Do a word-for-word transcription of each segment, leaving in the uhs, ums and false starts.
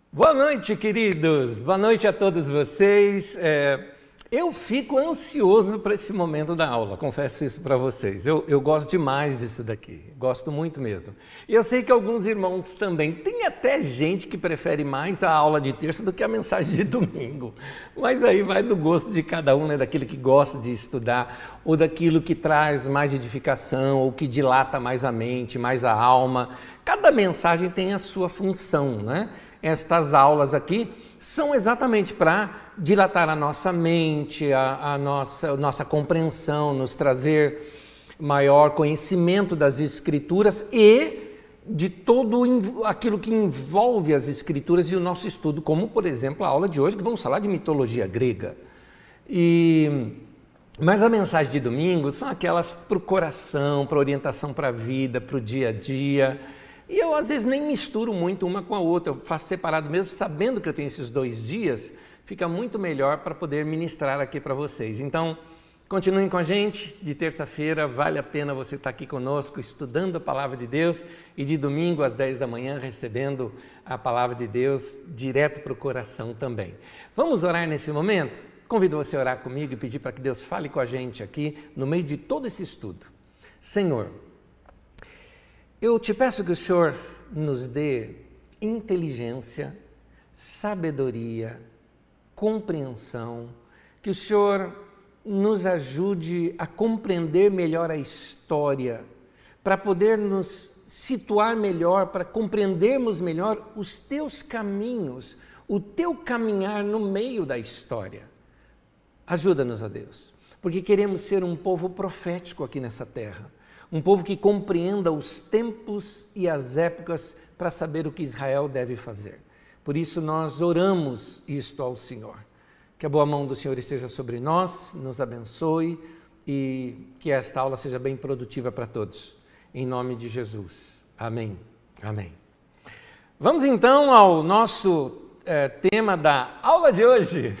Boa noite, queridos! Boa noite a todos vocês. É, eu fico ansioso para esse momento da aula, confesso isso para vocês. Eu, eu gosto demais disso daqui, gosto muito mesmo. E eu sei que alguns irmãos também. Tem até gente que prefere mais a aula de terça do que a mensagem de domingo. Mas aí vai do gosto de cada um, né? Daquele que gosta de estudar, ou daquilo que traz mais edificação, ou que dilata mais a mente, mais a alma. Cada mensagem tem a sua função, né? Estas aulas aqui são exatamente para dilatar a nossa mente, a, a, nossa, a nossa compreensão, nos trazer maior conhecimento das Escrituras e de todo aquilo que envolve as Escrituras e o nosso estudo, como, por exemplo, a aula de hoje, que vamos falar de mitologia grega. E... Mas a mensagem de domingo são aquelas para o coração, para orientação para a vida, para o dia a dia. E eu, às vezes, nem misturo muito uma com a outra, eu faço separado mesmo, sabendo que eu tenho esses dois dias, fica muito melhor para poder ministrar aqui para vocês. Então, continuem com a gente, de terça-feira vale a pena você estar aqui conosco, estudando a Palavra de Deus, e de domingo às dez da manhã, recebendo a Palavra de Deus direto para o coração também. Vamos orar nesse momento? Convido você a orar comigo e pedir para que Deus fale com a gente aqui, no meio de todo esse estudo. Senhor, eu te peço que o Senhor nos dê inteligência, sabedoria, compreensão, que o Senhor nos ajude a compreender melhor a história, para poder nos situar melhor, para compreendermos melhor os teus caminhos, o teu caminhar no meio da história. Ajuda-nos, ó Deus, porque queremos ser um povo profético aqui nessa terra. Um povo que compreenda os tempos e as épocas para saber o que Israel deve fazer. Por isso nós oramos isto ao Senhor. Que a boa mão do Senhor esteja sobre nós, nos abençoe e que esta aula seja bem produtiva para todos. Em nome de Jesus. Amém. Amém. Vamos então ao nosso é, tema da aula de hoje.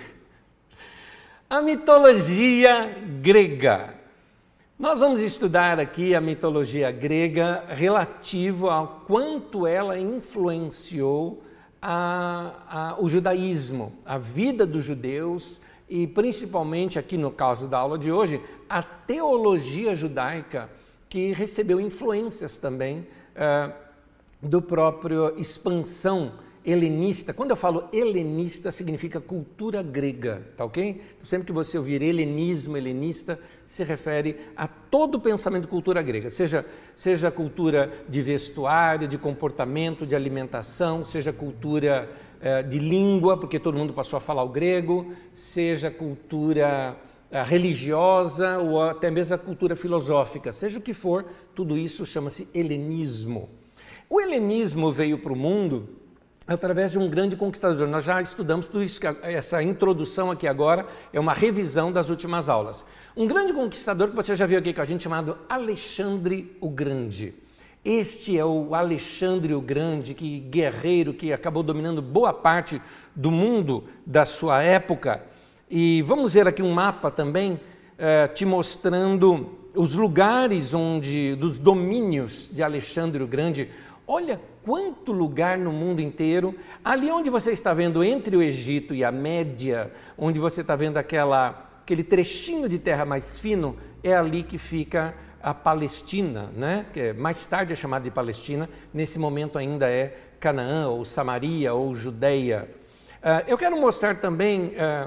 A mitologia grega. Nós vamos estudar aqui a mitologia grega relativo ao quanto ela influenciou a, a, o judaísmo, a vida dos judeus e principalmente aqui no caso da aula de hoje, a teologia judaica que recebeu influências também uh, do próprio expansão helenista. Quando eu falo helenista, significa cultura grega, tá ok? Sempre que você ouvir helenismo, helenista, se refere a todo o pensamento de cultura grega, seja, seja cultura de vestuário, de comportamento, de alimentação, seja cultura eh, de língua, porque todo mundo passou a falar o grego, seja cultura eh, religiosa ou até mesmo a cultura filosófica, seja o que for, tudo isso chama-se helenismo. O helenismo veio para o mundo através de um grande conquistador. Nós já estudamos tudo isso, essa introdução aqui agora é uma revisão das últimas aulas. Um grande conquistador que você já viu aqui com a gente, chamado Alexandre o Grande. Este é o Alexandre o Grande, que guerreiro, que acabou dominando boa parte do mundo da sua época. E vamos ver aqui um mapa também, eh, te mostrando os lugares onde, dos domínios de Alexandre o Grande. Olha quanto lugar no mundo inteiro, ali onde você está vendo entre o Egito e a Média, onde você está vendo aquela, aquele trechinho de terra mais fino, é ali que fica a Palestina, né? Que mais tarde é chamada de Palestina, nesse momento ainda é Canaã, ou Samaria, ou Judeia. Uh, eu quero mostrar também, uh,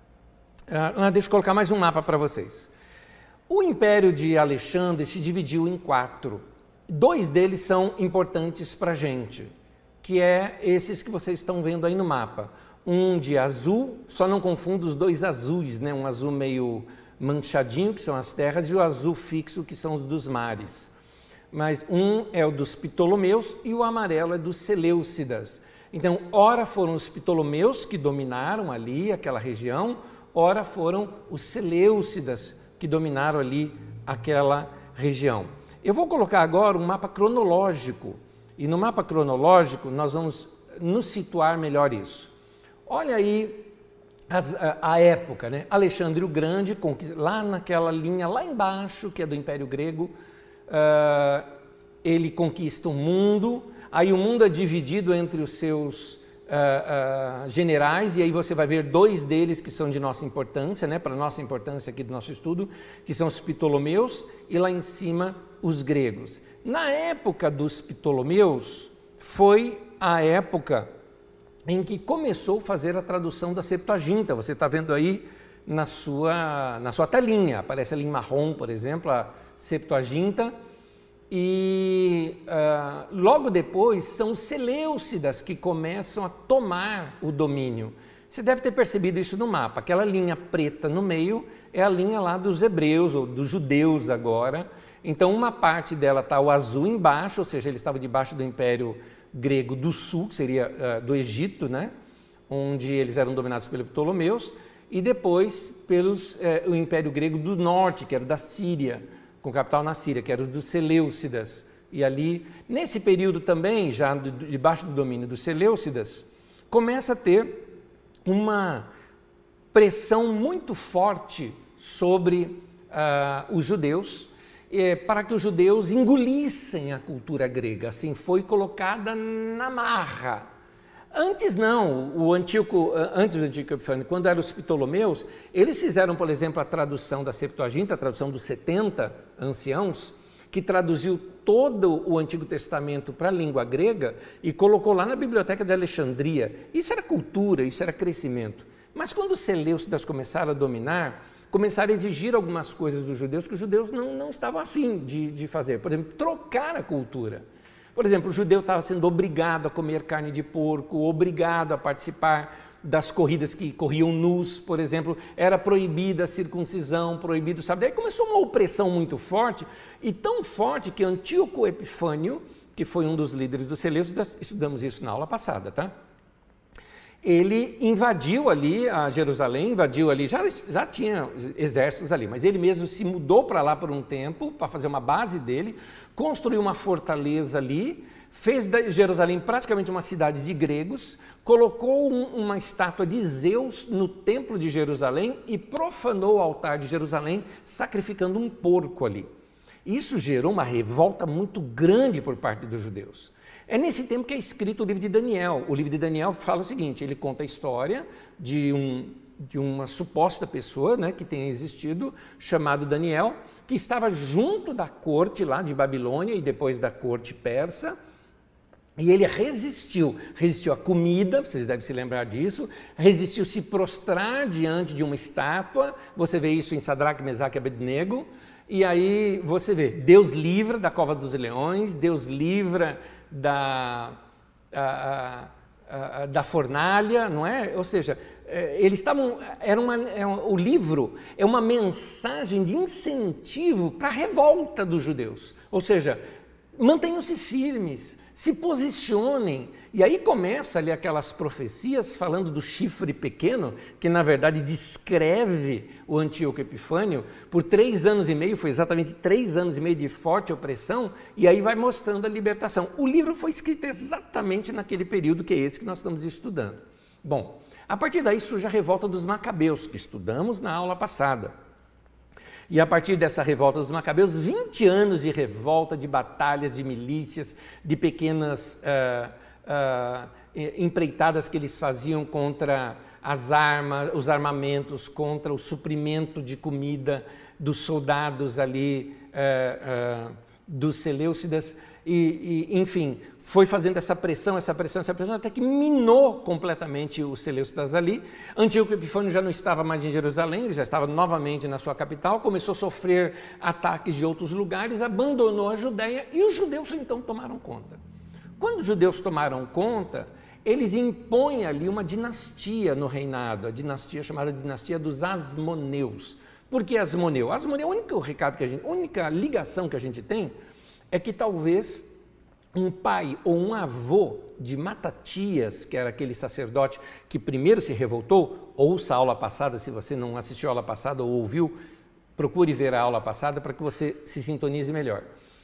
uh, deixa eu colocar mais um mapa para vocês. O Império de Alexandre se dividiu em quatro. Dois deles são importantes para a gente, que é esses que vocês estão vendo aí no mapa. Um de azul, só não confunda os dois azuis, né? Um azul meio manchadinho, que são as terras, e o azul fixo, que são os dos mares. Mas um é o dos Ptolomeus e o amarelo é dos Seleucidas. Então, ora foram os Ptolomeus que dominaram ali aquela região, ora foram os Seleucidas que dominaram ali aquela região. Eu vou colocar agora um mapa cronológico, e no mapa cronológico nós vamos nos situar melhor isso. Olha aí as, a, a época, né? Alexandre o Grande, lá naquela linha lá embaixo, que é do Império Grego, uh, ele conquista o mundo, aí o mundo é dividido entre os seus uh, uh, generais, e aí você vai ver dois deles que são de nossa importância, né, para nossa importância aqui do nosso estudo, que são os Ptolomeus, e lá em cima os gregos. Na época dos Ptolomeus, foi a época em que começou a fazer a tradução da Septuaginta. Você está vendo aí na sua, na sua telinha, aparece ali em marrom, por exemplo, a Septuaginta, e uh, logo depois são os Seleucidas que começam a tomar o domínio. Você deve ter percebido isso no mapa, aquela linha preta no meio é a linha lá dos hebreus, ou dos judeus agora. Então uma parte dela está o azul embaixo, ou seja, ele estava debaixo do Império Grego do Sul, que seria uh, do Egito, né? Onde eles eram dominados pelos Ptolomeus, e depois pelos eh, o Império Grego do Norte, que era da Síria, com capital na Síria, que era o dos Seleucidas. E ali, nesse período também, já do, debaixo do domínio dos Seleucidas, começa a ter uma pressão muito forte sobre uh, os judeus, eh, para que os judeus engolissem a cultura grega. Assim, foi colocada na marra. Antes não, o Antíoco, antes do Antíoco Epifânio, quando eram os Ptolomeus, eles fizeram, por exemplo, a tradução da Septuaginta, a tradução dos setenta anciãos, que traduziu todo o Antigo Testamento para a língua grega e colocou lá na Biblioteca de Alexandria. Isso era cultura, isso era crescimento. Mas quando os Seleucidas começaram a dominar, começaram a exigir algumas coisas dos judeus que os judeus não, não estavam afim de, de fazer. Por exemplo, trocar a cultura. Por exemplo, o judeu estava sendo obrigado a comer carne de porco, obrigado a participar das corridas que corriam nus, por exemplo, era proibida a circuncisão, proibido o sábado. Aí começou uma opressão muito forte, e tão forte que Antíoco Epifânio, que foi um dos líderes dos Seleucidas, estudamos isso na aula passada, tá? Ele invadiu ali a Jerusalém, invadiu ali, já, já tinha exércitos ali, mas ele mesmo se mudou para lá por um tempo, para fazer uma base dele, construiu uma fortaleza ali, fez de Jerusalém praticamente uma cidade de gregos, colocou um, uma estátua de Zeus no templo de Jerusalém e profanou o altar de Jerusalém, sacrificando um porco ali. Isso gerou uma revolta muito grande por parte dos judeus. É nesse tempo que é escrito o livro de Daniel. O livro de Daniel fala o seguinte, ele conta a história de, um, de uma suposta pessoa, né, que tenha existido, chamado Daniel, que estava junto da corte lá de Babilônia e depois da corte persa, e ele resistiu, resistiu à comida, vocês devem se lembrar disso, resistiu se prostrar diante de uma estátua, você vê isso em Sadraque, Mesaque e Abednego, e aí você vê, Deus livra da cova dos leões, Deus livra da, a, a, a, da fornalha, não é? Ou seja, eles estavam, era uma, é um, o livro é uma mensagem de incentivo para a revolta dos judeus, ou seja, mantenham-se firmes, se posicionem. E aí começa ali aquelas profecias falando do chifre pequeno, que na verdade descreve o Antíoco Epifânio. Por três anos e meio, foi exatamente três anos e meio de forte opressão, e aí vai mostrando a libertação. O livro foi escrito exatamente naquele período que é esse que nós estamos estudando. Bom, a partir daí surge a revolta dos Macabeus, que estudamos na aula passada. E a partir dessa revolta dos Macabeus, vinte anos de revolta, de batalhas, de milícias, de pequenas uh, uh, empreitadas que eles faziam contra as armas, os armamentos, contra o suprimento de comida dos soldados ali, uh, uh, dos Seleucidas, e, e enfim, foi fazendo essa pressão, essa pressão, essa pressão, até que minou completamente os Seleucidas ali. Antíoco Epifânio já não estava mais em Jerusalém, ele já estava novamente na sua capital, começou a sofrer ataques de outros lugares, abandonou a Judéia e os judeus então tomaram conta. Quando os judeus tomaram conta, eles impõem ali uma dinastia no reinado, a dinastia chamada dinastia dos Asmoneus. Por que Asmoneu? Asmoneu, o único recado que a gente, a única ligação que a gente tem é que talvez um pai ou um avô de Matatias, que era aquele sacerdote que primeiro se revoltou, ouça a aula passada, se você não assistiu a aula passada ou ouviu, procure ver a aula passada para que você se sintonize melhor.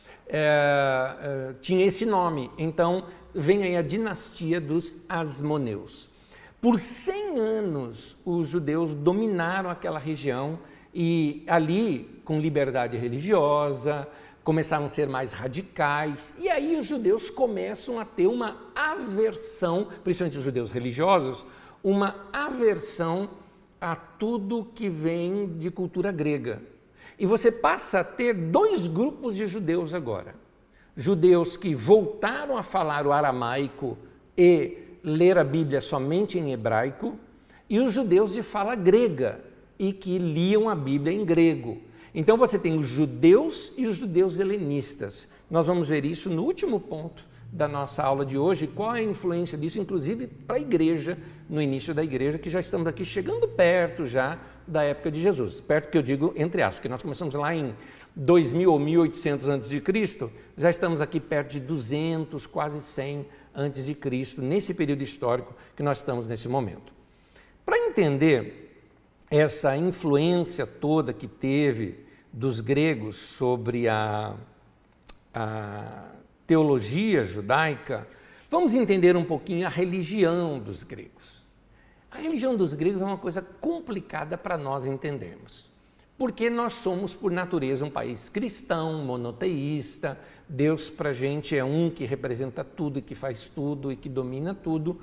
É, é, tinha esse nome, então vem aí a dinastia dos Asmoneus. Por cem anos os judeus dominaram aquela região e ali com liberdade religiosa, começaram a ser mais radicais, e aí os judeus começam a ter uma aversão, principalmente os judeus religiosos, uma aversão a tudo que vem de cultura grega. E você passa a ter dois grupos de judeus agora. Judeus que voltaram a falar o aramaico e ler a Bíblia somente em hebraico, e os judeus de fala grega, e que liam a Bíblia em grego. Então você tem os judeus e os judeus helenistas. Nós vamos ver isso no último ponto da nossa aula de hoje, qual é a influência disso, inclusive para a igreja, no início da igreja, que já estamos aqui chegando perto já da época de Jesus. Perto que eu digo entre aspas, porque nós começamos lá em dois mil ou mil e oitocentos antes de Cristo, já estamos aqui perto de duzentos, quase cem antes de Cristo, nesse período histórico que nós estamos nesse momento. Para entender essa influência toda que teve dos gregos sobre a, a teologia judaica, vamos entender um pouquinho a religião dos gregos. A religião dos gregos é uma coisa complicada para nós entendermos, porque nós somos, por natureza, um país cristão, monoteísta, Deus para a gente é um que representa tudo e que faz tudo e que domina tudo.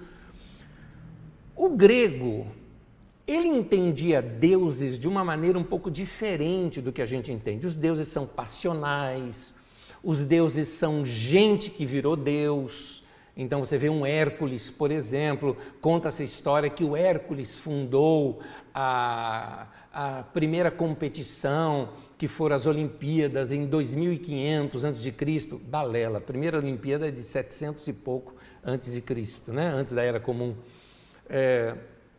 O grego, ele entendia deuses de uma maneira um pouco diferente do que a gente entende. Os deuses são passionais, os deuses são gente que virou Deus. Então você vê um Hércules, por exemplo, conta essa história que o Hércules fundou a, a primeira competição, que foram as Olimpíadas em dois mil e quinhentos antes de Cristo. Balela, a primeira Olimpíada é de setecentos e pouco antes de Cristo, né? Antes da Era Comum. É,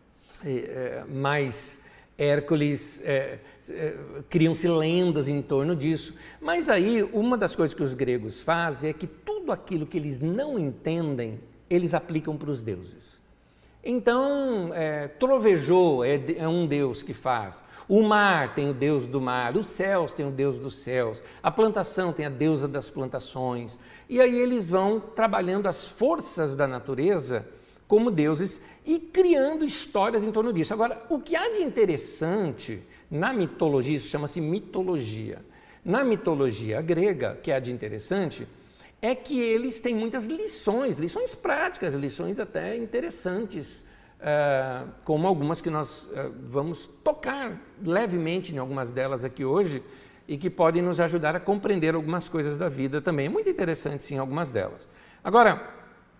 É, mas Hércules, é, é, criam-se lendas em torno disso. Mas aí, uma das coisas que os gregos fazem é que tudo aquilo que eles não entendem, eles aplicam para os deuses. Então, é, trovejou é, é um deus que faz, o mar tem o deus do mar, os céus tem o deus dos céus, a plantação tem a deusa das plantações. E aí eles vão trabalhando as forças da natureza como deuses e criando histórias em torno disso. Agora, o que há de interessante na mitologia, isso chama-se mitologia. Na mitologia grega, que há de interessante, é que eles têm muitas lições, lições práticas, lições até interessantes, uh, como algumas que nós uh, vamos tocar levemente em algumas delas aqui hoje e que podem nos ajudar a compreender algumas coisas da vida também. É muito interessante, sim, algumas delas. Agora,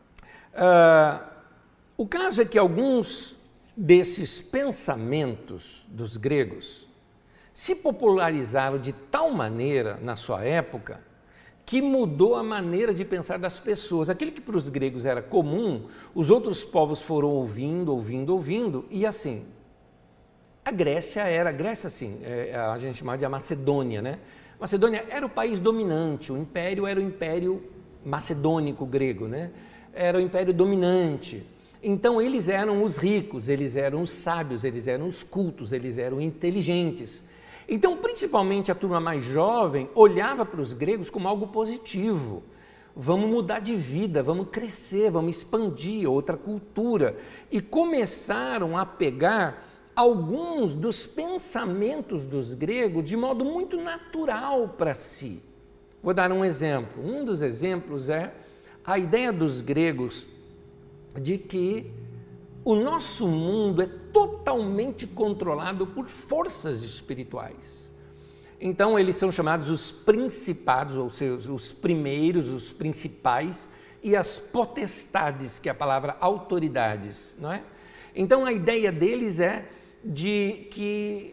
uh, o caso é que alguns desses pensamentos dos gregos se popularizaram de tal maneira na sua época que mudou a maneira de pensar das pessoas. Aquilo que para os gregos era comum, os outros povos foram ouvindo, ouvindo, ouvindo, e assim, a Grécia era, a Grécia assim, é, a gente chamava de a Macedônia, né? Macedônia era o país dominante, o império era o império macedônico grego, né? Era o império dominante. Então eles eram os ricos, eles eram os sábios, eles eram os cultos, eles eram inteligentes. Então, principalmente a turma mais jovem olhava para os gregos como algo positivo. Vamos mudar de vida, vamos crescer, vamos expandir outra cultura. E começaram a pegar alguns dos pensamentos dos gregos de modo muito natural para si. Vou dar um exemplo. Um dos exemplos é a ideia dos gregos de que o nosso mundo é totalmente controlado por forças espirituais. Então, eles são chamados os principados, ou seja, os primeiros, os principais, e as potestades, que é a palavra autoridades, não é? Então, a ideia deles é de que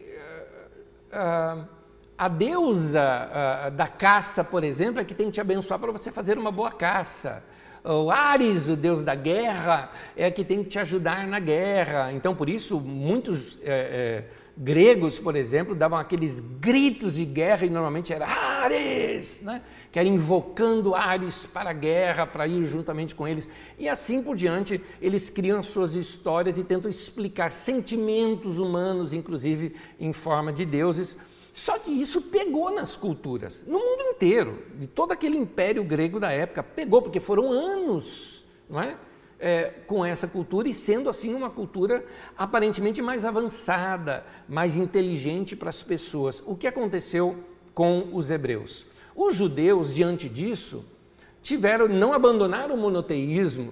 uh, uh, a deusa uh, da caça, por exemplo, é que tem que te abençoar para você fazer uma boa caça. O Ares, o deus da guerra, é que tem que te ajudar na guerra. Então, por isso, muitos é, é, gregos, por exemplo, davam aqueles gritos de guerra e normalmente era Ares, né? Que era invocando Ares para a guerra, para ir juntamente com eles. E assim por diante, eles criam as suas histórias e tentam explicar sentimentos humanos, inclusive em forma de deuses. Só que isso pegou nas culturas, no mundo inteiro, de todo aquele império grego da época, pegou, porque foram anos, não é? É, com essa cultura e sendo assim uma cultura aparentemente mais avançada, mais inteligente para as pessoas. O que aconteceu com os hebreus? Os judeus, diante disso, tiveram, não abandonaram o monoteísmo,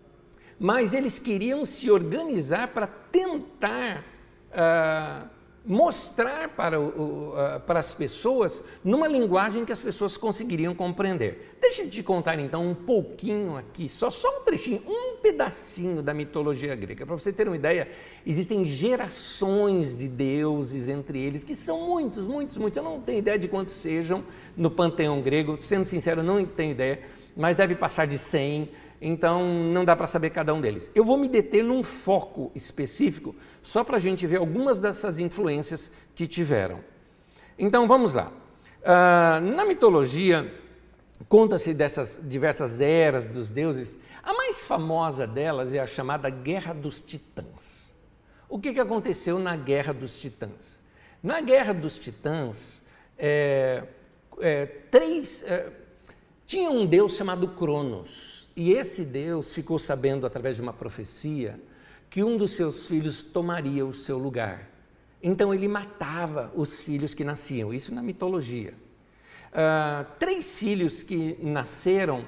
mas eles queriam se organizar para tentar ah, mostrar para, o, uh, para as pessoas numa linguagem que as pessoas conseguiriam compreender. Deixa eu te contar então um pouquinho aqui, só, só um trechinho, um pedacinho da mitologia grega. Para você ter uma ideia, existem gerações de deuses entre eles, que são muitos, muitos, muitos. Eu não tenho ideia de quantos sejam no panteão grego, sendo sincero, não tenho ideia, mas deve passar de cem. Então, não dá para saber cada um deles. Eu vou me deter num foco específico, só para a gente ver algumas dessas influências que tiveram. Então, vamos lá. Uh, na mitologia, conta-se dessas diversas eras dos deuses. A mais famosa delas é a chamada Guerra dos Titãs. O que, que aconteceu na Guerra dos Titãs? Na Guerra dos Titãs, é, é, três, é, tinha um deus chamado Cronos. E esse Deus ficou sabendo, através de uma profecia, que um dos seus filhos tomaria o seu lugar. Então ele matava os filhos que nasciam, isso na mitologia. Uh, três filhos que nasceram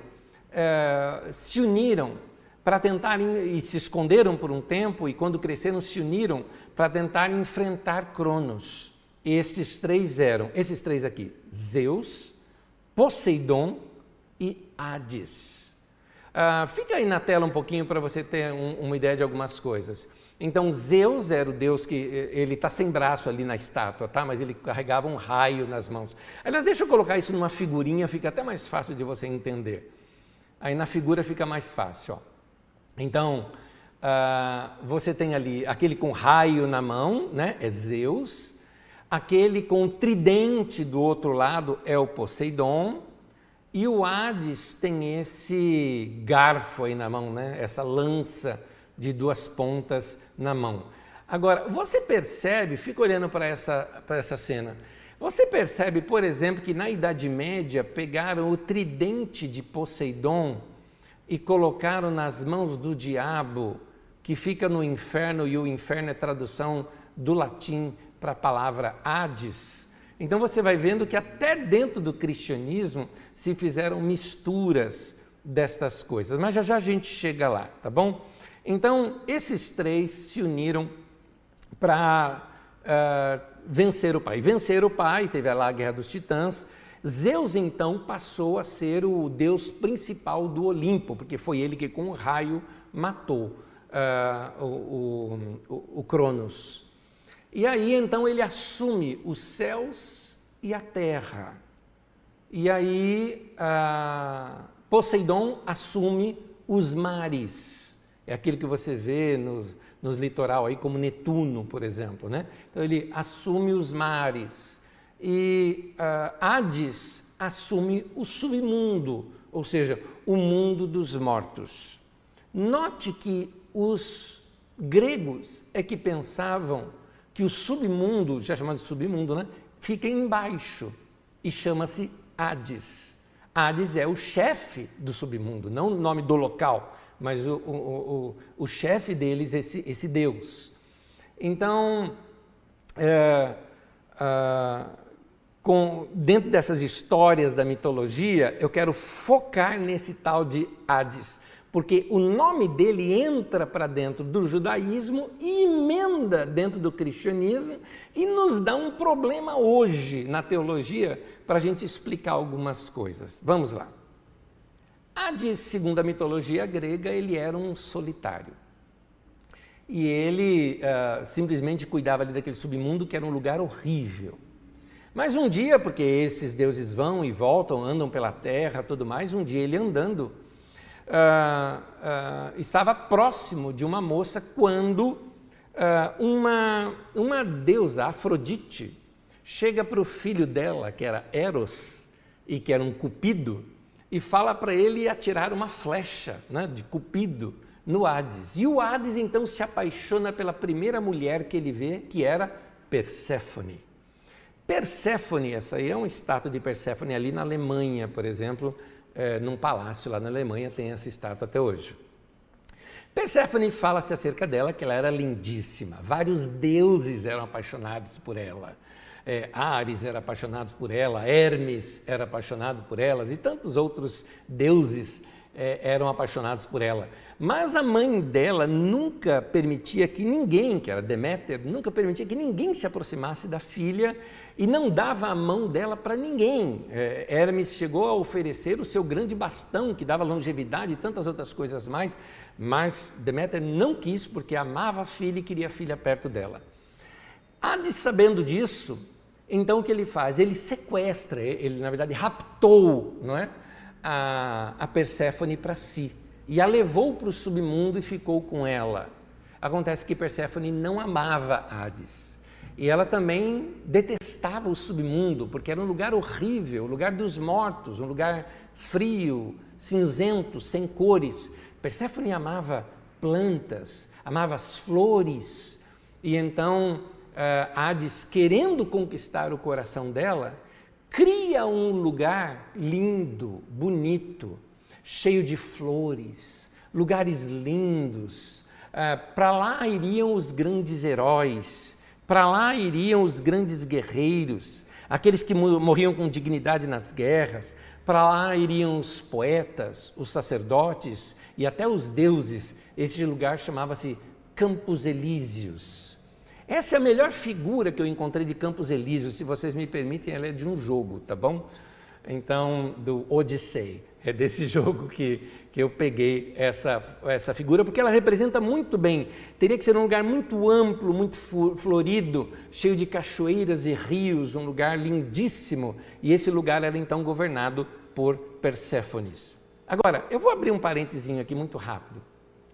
uh, se uniram para tentar, e se esconderam por um tempo, e quando cresceram se uniram para tentar enfrentar Cronos. Estes três eram, esses três aqui, Zeus, Poseidon e Hades. Uh, fica aí na tela um pouquinho para você ter um, uma ideia de algumas coisas. Então, Zeus era o deus que, ele está sem braço ali na estátua, tá? Mas ele carregava um raio nas mãos. Aliás, deixa eu colocar isso numa figurinha, fica até mais fácil de você entender. Aí na figura fica mais fácil, ó. Então, uh, você tem ali aquele com raio na mão, né? É Zeus. Aquele com tridente do outro lado é o Poseidon. E o Hades tem esse garfo aí na mão, né? Essa lança de duas pontas na mão. Agora, você percebe, fica olhando para essa, para essa cena, você percebe, por exemplo, que na Idade Média pegaram o tridente de Poseidon e colocaram nas mãos do diabo, que fica no inferno, e o inferno é tradução do latim para a palavra Hades. Então você vai vendo que até dentro do cristianismo se fizeram misturas destas coisas, mas já já a gente chega lá, tá bom? Então esses três se uniram para uh, vencer o pai. Vencer o pai, teve lá a Guerra dos Titãs. Zeus então passou a ser o deus principal do Olimpo, porque foi ele que com um raio matou uh, o, o, o Cronos. E aí, então, ele assume os céus e a terra. E aí, ah, Poseidon assume os mares. É aquilo que você vê no, no litoral, aí, como Netuno, por exemplo, né? Então, ele assume os mares. E ah, Hades assume o submundo, ou seja, o mundo dos mortos. Note que os gregos é que pensavam que o submundo, já chamado de submundo, né, fica embaixo e chama-se Hades. Hades é o chefe do submundo, não o nome do local, mas o, o, o, o chefe deles, esse, esse Deus. Então, é, é, com, dentro dessas histórias da mitologia, eu quero focar nesse tal de Hades, porque o nome dele entra para dentro do judaísmo e emenda dentro do cristianismo e nos dá um problema hoje na teologia para a gente explicar algumas coisas. Vamos lá. Hades, segundo a mitologia grega, ele era um solitário. E ele uh, simplesmente cuidava ali daquele submundo que era um lugar horrível. Mas um dia, porque esses deuses vão e voltam, andam pela terra, tudo mais, um dia ele andando, Uh, uh, estava próximo de uma moça quando uh, uma, uma deusa, Afrodite, chega para o filho dela, que era Eros, e que era um cupido, e fala para ele atirar uma flecha, né, de cupido no Hades. E o Hades então se apaixona pela primeira mulher que ele vê, que era Perséfone. Perséfone, essa aí é uma estátua de Perséfone ali na Alemanha, por exemplo, É, num palácio lá na Alemanha, tem essa estátua até hoje. Perséfone fala-se acerca dela que ela era lindíssima, vários deuses eram apaixonados por ela. É, Ares era apaixonado por ela, Hermes era apaixonado por elas e tantos outros deuses é, eram apaixonados por ela. Mas a mãe dela nunca permitia que ninguém, que era Deméter, nunca permitia que ninguém se aproximasse da filha e não dava a mão dela para ninguém. É, Hermes chegou a oferecer o seu grande bastão, que dava longevidade e tantas outras coisas mais, mas Deméter não quis porque amava a filha e queria a filha perto dela. Hades, sabendo disso, então o que ele faz? Ele sequestra, ele na verdade raptou, não é? a, a Perséfone para si e a levou para o submundo e ficou com ela. Acontece que Perséfone não amava Hades e ela também detestava o submundo, porque era um lugar horrível, o lugar dos mortos, um lugar frio, cinzento, sem cores. Perséfone amava plantas, amava as flores e então Uh, Hades, querendo conquistar o coração dela, cria um lugar lindo, bonito, cheio de flores, lugares lindos. Uh, para lá iriam os grandes heróis, para lá iriam os grandes guerreiros, aqueles que morriam com dignidade nas guerras, para lá iriam os poetas, os sacerdotes e até os deuses. Esse lugar chamava-se Campos Elíseos. Essa é a melhor figura que eu encontrei de Campos Elíseos, se vocês me permitem, ela é de um jogo, tá bom? Então, do Odyssey, é desse jogo que, que eu peguei essa, essa figura, porque ela representa muito bem. Teria que ser um lugar muito amplo, muito florido, cheio de cachoeiras e rios, um lugar lindíssimo, e esse lugar era então governado por Perséfones. Agora, eu vou abrir um parentezinho aqui muito rápido.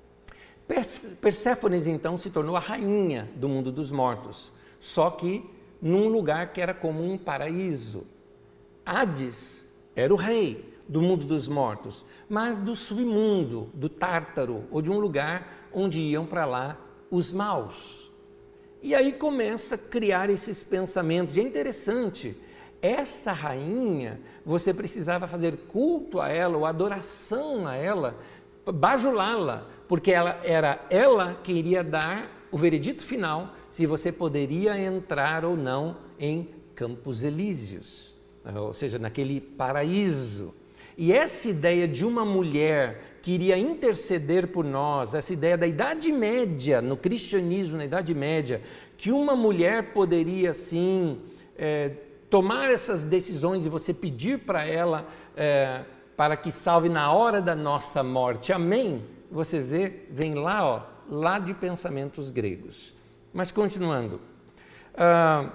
Perséfones, então, se tornou a rainha do mundo dos mortos, só que num lugar que era como um paraíso. Hades era o rei do mundo dos mortos, mas do submundo, do Tártaro, ou de um lugar onde iam para lá os maus. E aí começa a criar esses pensamentos. E é interessante, essa rainha, você precisava fazer culto a ela, ou adoração a ela, bajulá-la, porque ela, era ela que iria dar o veredito final se você poderia entrar ou não em Campos Elíseos, ou seja, naquele paraíso. E essa ideia de uma mulher que iria interceder por nós, essa ideia da Idade Média, no cristianismo, na Idade Média, que uma mulher poderia, sim, é, tomar essas decisões e você pedir para ela é, para que salve na hora da nossa morte. Amém? Você vê, vem lá, ó, lá de pensamentos gregos. Mas continuando, ah,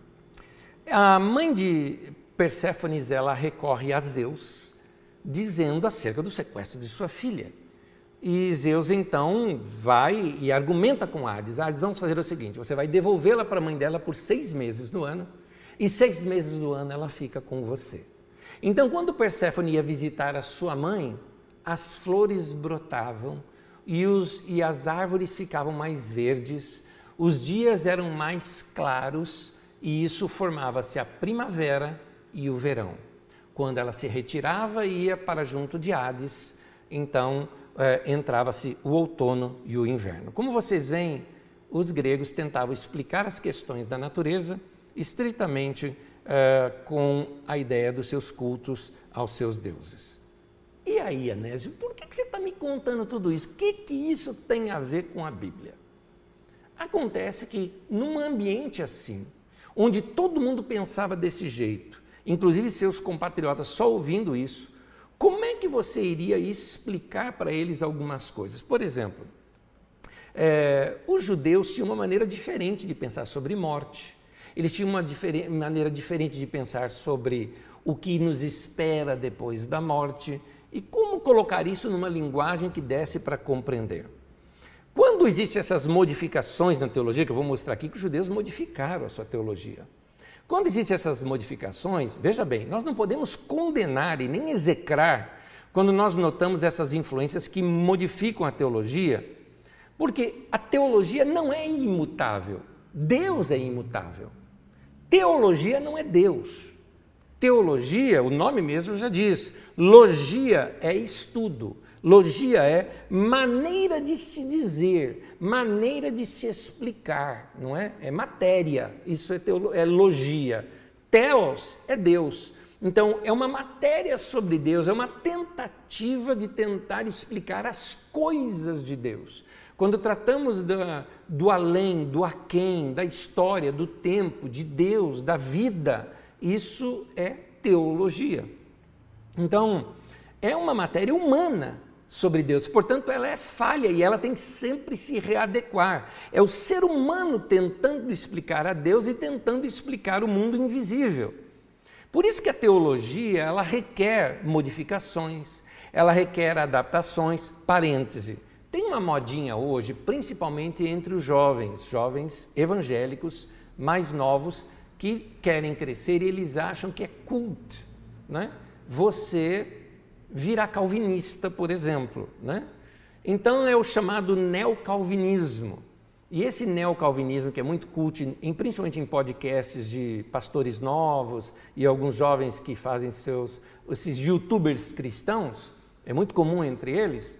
a mãe de Perséfones, ela recorre a Zeus, dizendo acerca do sequestro de sua filha. E Zeus então vai e argumenta com Hades. Hades, vamos fazer o seguinte, você vai devolvê-la para a mãe dela por seis meses no ano, e seis meses do ano ela fica com você. Então, quando Perséfone ia visitar a sua mãe, as flores brotavam e, os, e as árvores ficavam mais verdes, os dias eram mais claros e isso formava-se a primavera e o verão. Quando ela se retirava e ia para junto de Hades, então eh, entrava-se o outono e o inverno. Como vocês veem, os gregos tentavam explicar as questões da natureza estritamente eh, com a ideia dos seus cultos aos seus deuses. E aí, Anésio, por que, que você está me contando tudo isso? O que, que isso tem a ver com a Bíblia? Acontece que num ambiente assim, onde todo mundo pensava desse jeito, inclusive seus compatriotas só ouvindo isso, como é que você iria explicar para eles algumas coisas? Por exemplo, é, os judeus tinham uma maneira diferente de pensar sobre morte, eles tinham uma difere- maneira diferente de pensar sobre o que nos espera depois da morte, e como colocar isso numa linguagem que desse para compreender. Quando existem essas modificações na teologia, que eu vou mostrar aqui que os judeus modificaram a sua teologia. Quando existem essas modificações, veja bem, nós não podemos condenar e nem execrar quando nós notamos essas influências que modificam a teologia, porque a teologia não é imutável, Deus é imutável. Teologia não é Deus. Teologia, o nome mesmo já diz, logia é estudo, Logia é maneira de se dizer, maneira de se explicar, não é? É matéria, isso é, teolo, é logia. Theos é Deus. Então, é uma matéria sobre Deus, é uma tentativa de tentar explicar as coisas de Deus. Quando tratamos da, do além, do aquém, da história, do tempo, de Deus, da vida, isso é teologia. Então, é uma matéria humana sobre Deus, portanto, ela é falha e ela tem que sempre se readequar. É o ser humano tentando explicar a Deus e tentando explicar o mundo invisível. Por isso que a teologia, ela requer modificações, ela requer adaptações. Parêntese, tem uma modinha hoje, principalmente entre os jovens, jovens evangélicos mais novos, que querem crescer e eles acham que é cult, né? Você virar calvinista, por exemplo, né? Então é o chamado neocalvinismo. E esse neocalvinismo, que é muito cult, em, principalmente em podcasts de pastores novos e alguns jovens que fazem seus, esses youtubers cristãos, é muito comum entre eles,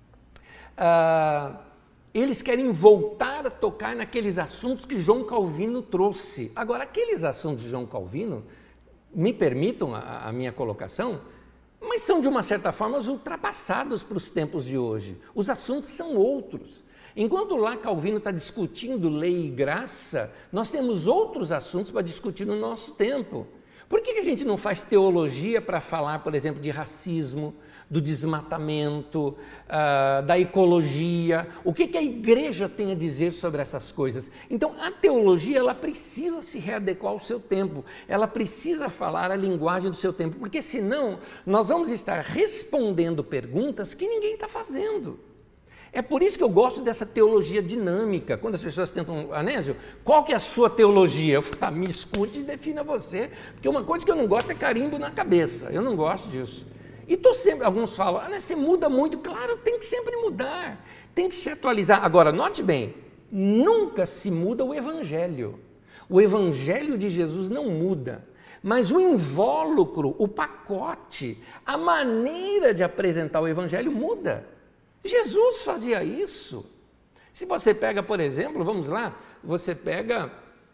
ah, eles querem voltar a tocar naqueles assuntos que João Calvino trouxe. Agora, aqueles assuntos de João Calvino, me permitam a, a minha colocação, mas são de uma certa forma ultrapassados para os tempos de hoje. Os assuntos são outros. Enquanto lá Calvino está discutindo lei e graça, nós temos outros assuntos para discutir no nosso tempo. Por que a gente não faz teologia para falar, por exemplo, de racismo, do desmatamento, uh, da ecologia? O que, que a igreja tem a dizer sobre essas coisas? Então, a teologia, ela precisa se readequar ao seu tempo, ela precisa falar a linguagem do seu tempo, porque senão nós vamos estar respondendo perguntas que ninguém está fazendo. É por isso que eu gosto dessa teologia dinâmica. Quando as pessoas tentam, Anésio, qual que é a sua teologia? Eu falo, ah, me escute e defina você, porque uma coisa que eu não gosto é carimbo na cabeça, eu não gosto disso. E tô sempre, alguns falam, ah, você muda muito. Claro, tem que sempre mudar, tem que se atualizar. Agora, note bem, nunca se muda o evangelho. O evangelho de Jesus não muda, mas o invólucro, o pacote, a maneira de apresentar o evangelho muda. Jesus fazia isso. Se você pega, por exemplo, vamos lá, você pega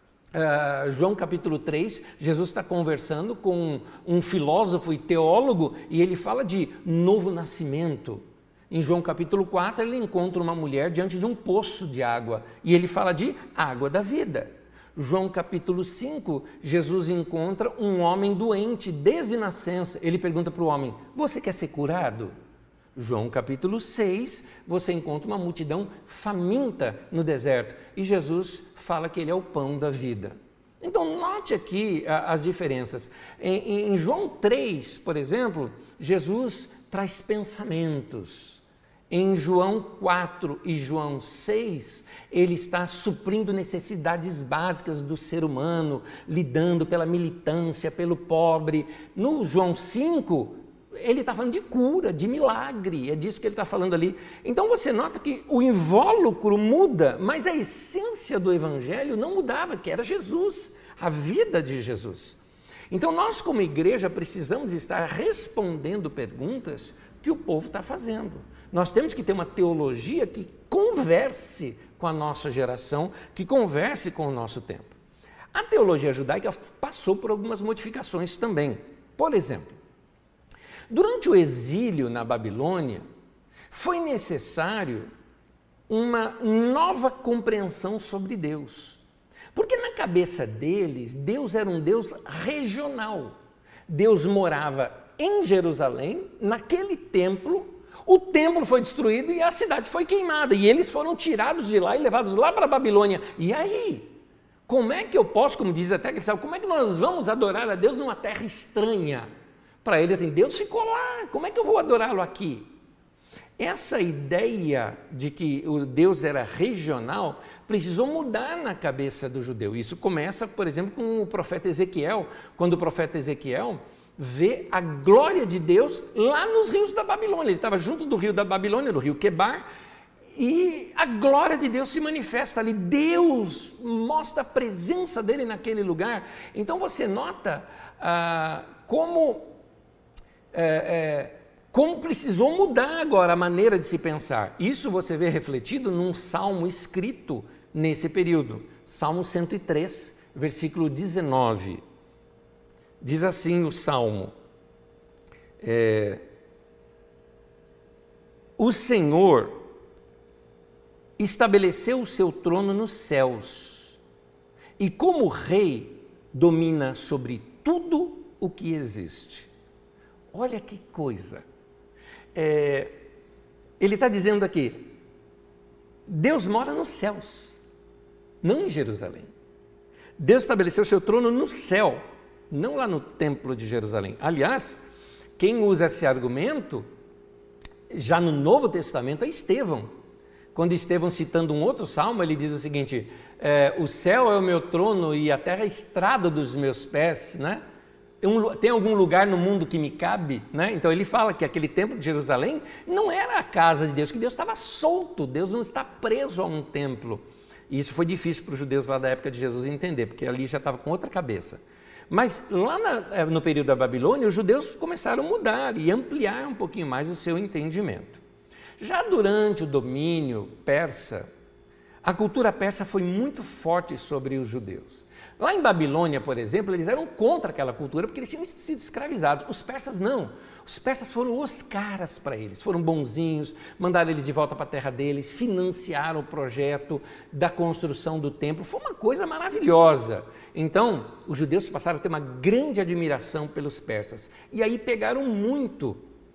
uh, João capítulo três, Jesus está conversando com um filósofo e teólogo e ele fala de novo nascimento. Em João capítulo quatro, ele encontra uma mulher diante de um poço de água e ele fala de água da vida. João capítulo cinco, Jesus encontra um homem doente desde nascença. Ele pergunta para o homem, você quer ser curado? João capítulo seis, você encontra uma multidão faminta no deserto e Jesus fala que ele é o pão da vida. Então, note aqui a, as diferenças. Em, em João três, por exemplo, Jesus traz pensamentos. Em João quatro e João seis, ele está suprindo necessidades básicas do ser humano, lidando pela militância, pelo pobre. No João cinco, ele está falando de cura, de milagre, é disso que ele está falando ali. Então você nota que o invólucro muda, mas a essência do evangelho não mudava, que era Jesus, a vida de Jesus. Então nós como igreja precisamos estar respondendo perguntas que o povo está fazendo. Nós temos que ter uma teologia que converse com a nossa geração, que converse com o nosso tempo. A teologia judaica passou por algumas modificações também. Por exemplo, durante o exílio na Babilônia, foi necessário uma nova compreensão sobre Deus. Porque na cabeça deles, Deus era um Deus regional. Deus morava em Jerusalém, naquele templo, o templo foi destruído e a cidade foi queimada. E eles foram tirados de lá e levados lá para a Babilônia. E aí? Como é que eu posso, como diz até que como é que nós vamos adorar a Deus numa terra estranha? Para eles, assim, Deus ficou lá, como é que eu vou adorá-lo aqui? Essa ideia de que o Deus era regional precisou mudar na cabeça do judeu. Isso começa, por exemplo, com o profeta Ezequiel, quando o profeta Ezequiel vê a glória de Deus lá nos rios da Babilônia. Ele estava junto do rio da Babilônia, do rio Quebar, e a glória de Deus se manifesta ali. Deus mostra a presença dele naquele lugar. Então você nota ah, como... É, é, como precisou mudar agora a maneira de se pensar. Isso você vê refletido num salmo escrito nesse período. Salmo cento e três, versículo dezenove. Diz assim o salmo: é, o Senhor estabeleceu o seu trono nos céus e como rei domina sobre tudo o que existe. Olha que coisa. É, ele está dizendo aqui, Deus mora nos céus, não em Jerusalém. Deus estabeleceu o seu trono no céu, não lá no templo de Jerusalém. Aliás, quem usa esse argumento, já no Novo Testamento, é Estevão. Quando Estevão, citando um outro salmo, ele diz o seguinte, é, o céu é o meu trono e a terra é a estrada dos meus pés, né? Tem, um, tem algum lugar no mundo que me cabe, né? Então ele fala que aquele templo de Jerusalém não era a casa de Deus, que Deus estava solto, Deus não está preso a um templo. E isso foi difícil para os judeus lá da época de Jesus entender, porque ali já estava com outra cabeça. Mas lá na, no período da Babilônia, os judeus começaram a mudar e ampliar um pouquinho mais o seu entendimento. Já durante o domínio persa, a cultura persa foi muito forte sobre os judeus. Lá em Babilônia, por exemplo, eles eram contra aquela cultura porque eles tinham sido escravizados. Os persas não. Os persas foram os caras para eles, foram bonzinhos, mandaram eles de volta para a terra deles, financiaram o projeto da construção do templo. Foi uma coisa maravilhosa. Então, os judeus passaram a ter uma grande admiração pelos persas. E aí pegaram muito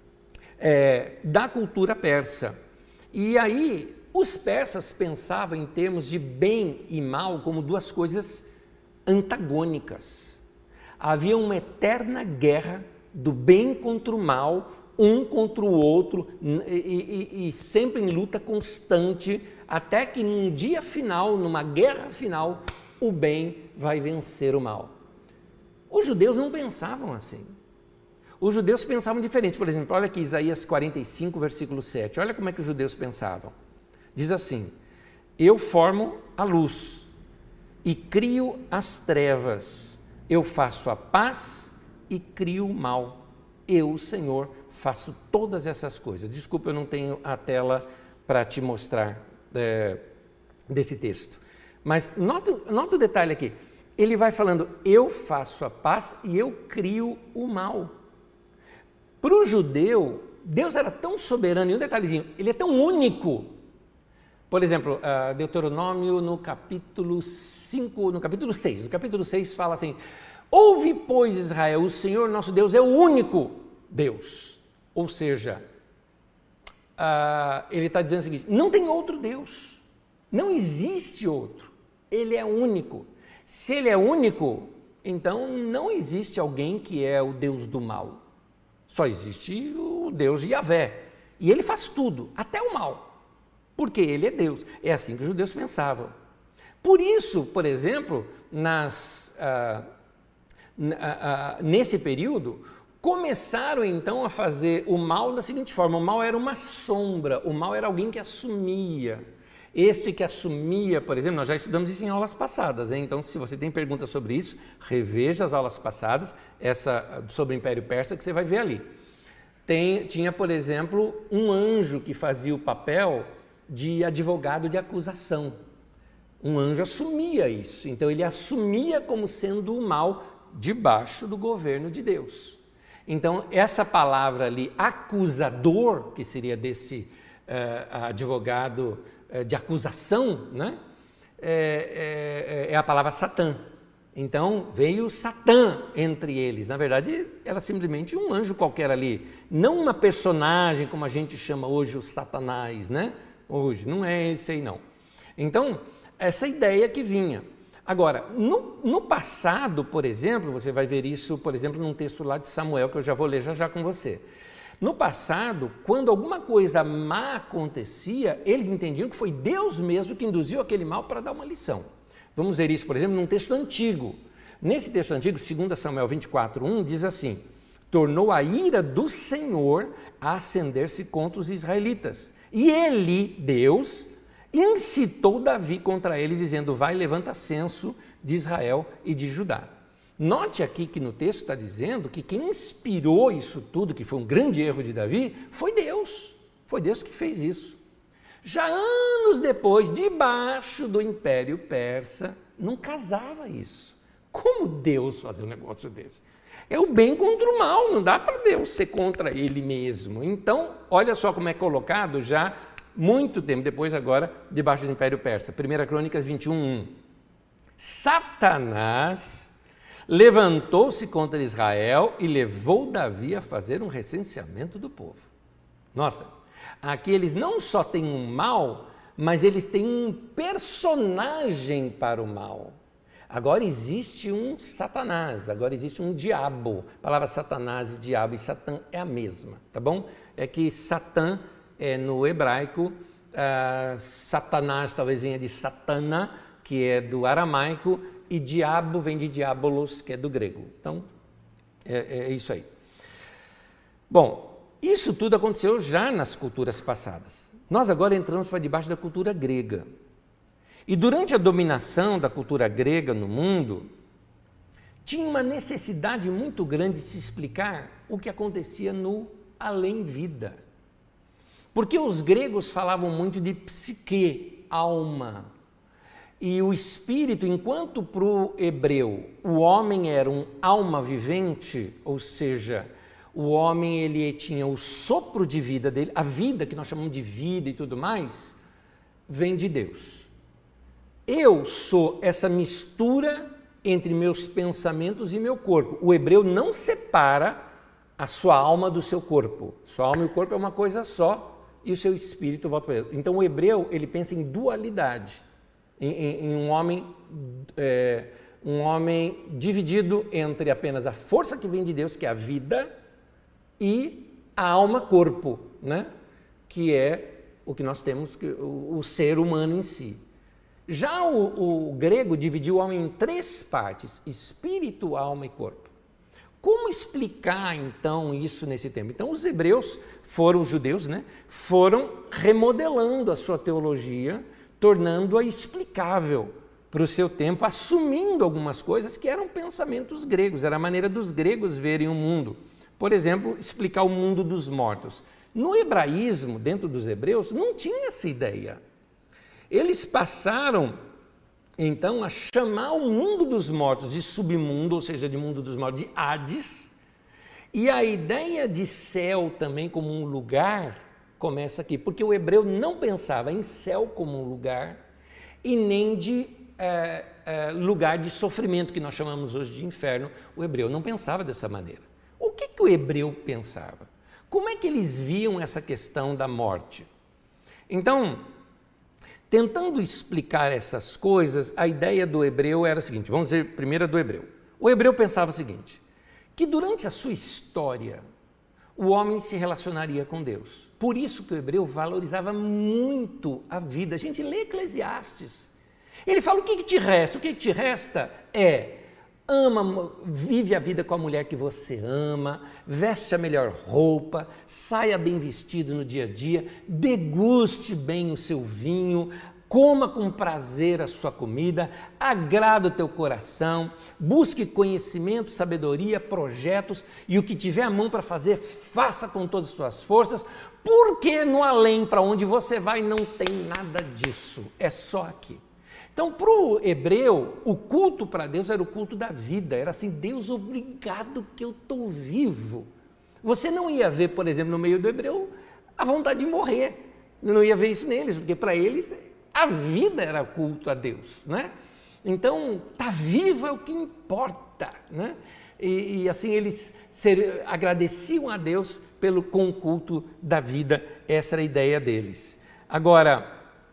é, da cultura persa. E aí, os persas pensavam em termos de bem e mal como duas coisas antagônicas. Havia uma eterna guerra do bem contra o mal, um contra o outro, e, e, e sempre em luta constante, até que num dia final, numa guerra final, o bem vai vencer o mal. Os judeus não pensavam assim. Os judeus pensavam diferente. Por exemplo, olha aqui Isaías quarenta e cinco, versículo sete. Olha como é que os judeus pensavam. Diz assim, eu formo a luz e crio as trevas, eu faço a paz e crio o mal. Eu, o Senhor, faço todas essas coisas. Desculpa, eu não tenho a tela para te mostrar é, desse texto. Mas nota, nota o detalhe aqui. Ele vai falando, eu faço a paz e eu crio o mal. Para o judeu, Deus era tão soberano, e um detalhezinho, ele é tão único. Por exemplo, uh, Deuteronômio no capítulo cinco, no capítulo seis, no capítulo seis fala assim, ouve, pois, Israel, o Senhor nosso Deus é o único Deus. Ou seja, uh, ele está dizendo o seguinte, não tem outro Deus, não existe outro, ele é único. Se ele é único, então não existe alguém que é o Deus do mal, só existe o Deus Yahvé, e ele faz tudo, até o mal. Porque ele é Deus. É assim que os judeus pensavam. Por isso, por exemplo, nas, ah, ah, ah, nesse período, começaram então a fazer o mal da seguinte forma, o mal era uma sombra, o mal era alguém que assumia. Este que assumia, por exemplo, nós já estudamos isso em aulas passadas, hein? Então se você tem perguntas sobre isso, reveja as aulas passadas, essa sobre o Império Persa que você vai ver ali. Tem, tinha, por exemplo, um anjo que fazia o papel de advogado de acusação. Um anjo assumia isso, então ele assumia como sendo o mal debaixo do governo de Deus. Então essa palavra ali, acusador, que seria desse uh, advogado uh, de acusação, né? é, é, é a palavra Satã. Então veio Satã entre eles, na verdade era simplesmente um anjo qualquer ali, não uma personagem como a gente chama hoje o Satanás, né? Hoje, não é esse aí não. Então, essa ideia que vinha. Agora, no, no passado, por exemplo, você vai ver isso, por exemplo, num texto lá de Samuel, que eu já vou ler já já com você. No passado, quando alguma coisa má acontecia, eles entendiam que foi Deus mesmo que induziu aquele mal para dar uma lição. Vamos ver isso, por exemplo, num texto antigo. Nesse texto antigo, segundo Samuel vinte e quatro, um, diz assim, tornou a ira do Senhor a acender-se contra os israelitas. E ele, Deus, incitou Davi contra eles, dizendo, vai, levanta censo de Israel e de Judá. Note aqui que no texto está dizendo que quem inspirou isso tudo, que foi um grande erro de Davi, foi Deus. Foi Deus que fez isso. Já anos depois, debaixo do Império Persa, não casava isso. Como Deus fazer um negócio desse? É o bem contra o mal, não dá para Deus ser contra ele mesmo. Então, olha só como é colocado já muito tempo depois agora, debaixo do Império Persa. primeira Crônicas vinte e um, um. Satanás levantou-se contra Israel e levou Davi a fazer um recenseamento do povo. Nota, aqui eles não só têm um mal, mas eles têm um personagem para o mal. Agora existe um Satanás, agora existe um diabo. A palavra Satanás e diabo e Satã é a mesma, tá bom? É que Satã é no hebraico, uh, Satanás talvez venha de Satana, que é do aramaico, e diabo vem de diabolos, que é do grego. Então, é, é isso aí. Bom, isso tudo aconteceu já nas culturas passadas. Nós agora entramos para debaixo da cultura grega. E durante a dominação da cultura grega no mundo, tinha uma necessidade muito grande de se explicar o que acontecia no além-vida. Porque os gregos falavam muito de psique, alma. E o espírito, enquanto para o hebreu o homem era um alma vivente, ou seja, o homem ele tinha o sopro de vida dele, a vida que nós chamamos de vida e tudo mais, vem de Deus. Eu sou essa mistura entre meus pensamentos e meu corpo. O hebreu não separa a sua alma do seu corpo. Sua alma e o corpo é uma coisa só e o seu espírito volta para ele. Então o hebreu ele pensa em dualidade. Em, em, em um homem é, um homem dividido entre apenas a força que vem de Deus, que é a vida, e a alma-corpo, né? Que é o que nós temos, que, o, o ser humano em si. Já o, o grego dividiu o homem em três partes, espírito, alma e corpo. Como explicar então isso nesse tempo? Então os hebreus foram, os judeus, né? Foram remodelando a sua teologia, tornando-a explicável para o seu tempo, assumindo algumas coisas que eram pensamentos gregos, era a maneira dos gregos verem o mundo. Por exemplo, explicar o mundo dos mortos. No hebraísmo, dentro dos hebreus, não tinha essa ideia. Eles passaram, então, a chamar o mundo dos mortos de submundo, ou seja, de mundo dos mortos, de Hades, e a ideia de céu também como um lugar começa aqui, porque o hebreu não pensava em céu como um lugar e nem de é, é, lugar de sofrimento, que nós chamamos hoje de inferno. O hebreu não pensava dessa maneira. O que, que o hebreu pensava? Como é que eles viam essa questão da morte? Então, tentando explicar essas coisas, a ideia do hebreu era a seguinte, vamos dizer primeiro a do hebreu. O hebreu pensava o seguinte, que durante a sua história, o homem se relacionaria com Deus. Por isso que o hebreu valorizava muito a vida. A gente lê Eclesiastes. Ele fala, o que, que te resta? O que, que te resta é, ama, vive a vida com a mulher que você ama, veste a melhor roupa, saia bem vestido no dia a dia, deguste bem o seu vinho, coma com prazer a sua comida, agrada o teu coração, busque conhecimento, sabedoria, projetos e o que tiver a mão para fazer, faça com todas as suas forças, porque no além para onde você vai não tem nada disso, é só aqui. Então, para o hebreu, o culto para Deus era o culto da vida, era assim, Deus, obrigado que eu estou vivo. Você não ia ver, por exemplo, no meio do hebreu, a vontade de morrer, não ia ver isso neles, porque para eles a vida era culto a Deus, né? Então, tá vivo é o que importa, né? E, e assim eles ser, agradeciam a Deus pelo com o culto da vida, essa era a ideia deles. Agora,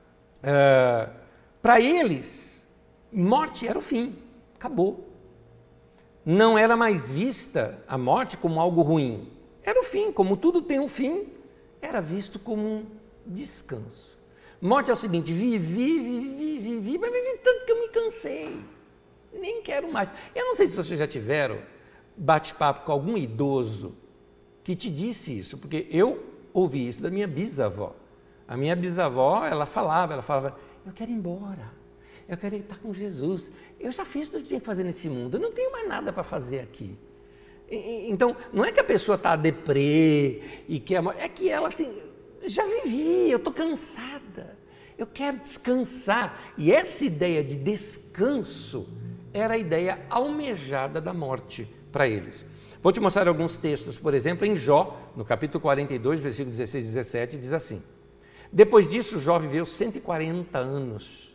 uh, para eles, morte era o fim, acabou. Não era mais vista a morte como algo ruim, era o fim, como tudo tem um fim, era visto como um descanso. Morte é o seguinte, vivi, vivi, vivi, mas vivi tanto que eu me cansei, nem quero mais. Eu não sei se vocês já tiveram bate-papo com algum idoso que te disse isso, porque eu ouvi isso da minha bisavó. A minha bisavó, ela falava, ela falava, eu quero ir embora, eu quero estar com Jesus. Eu já fiz tudo que tinha que fazer nesse mundo, eu não tenho mais nada para fazer aqui. Então, não é que a pessoa está deprê e quer... É que ela, assim, já vivi, eu estou cansada, eu quero descansar. E essa ideia de descanso era a ideia almejada da morte para eles. Vou te mostrar alguns textos, por exemplo, em Jó, no capítulo quarenta e dois, versículo dezesseis e dezessete, diz assim: depois disso, Jó viveu cento e quarenta anos,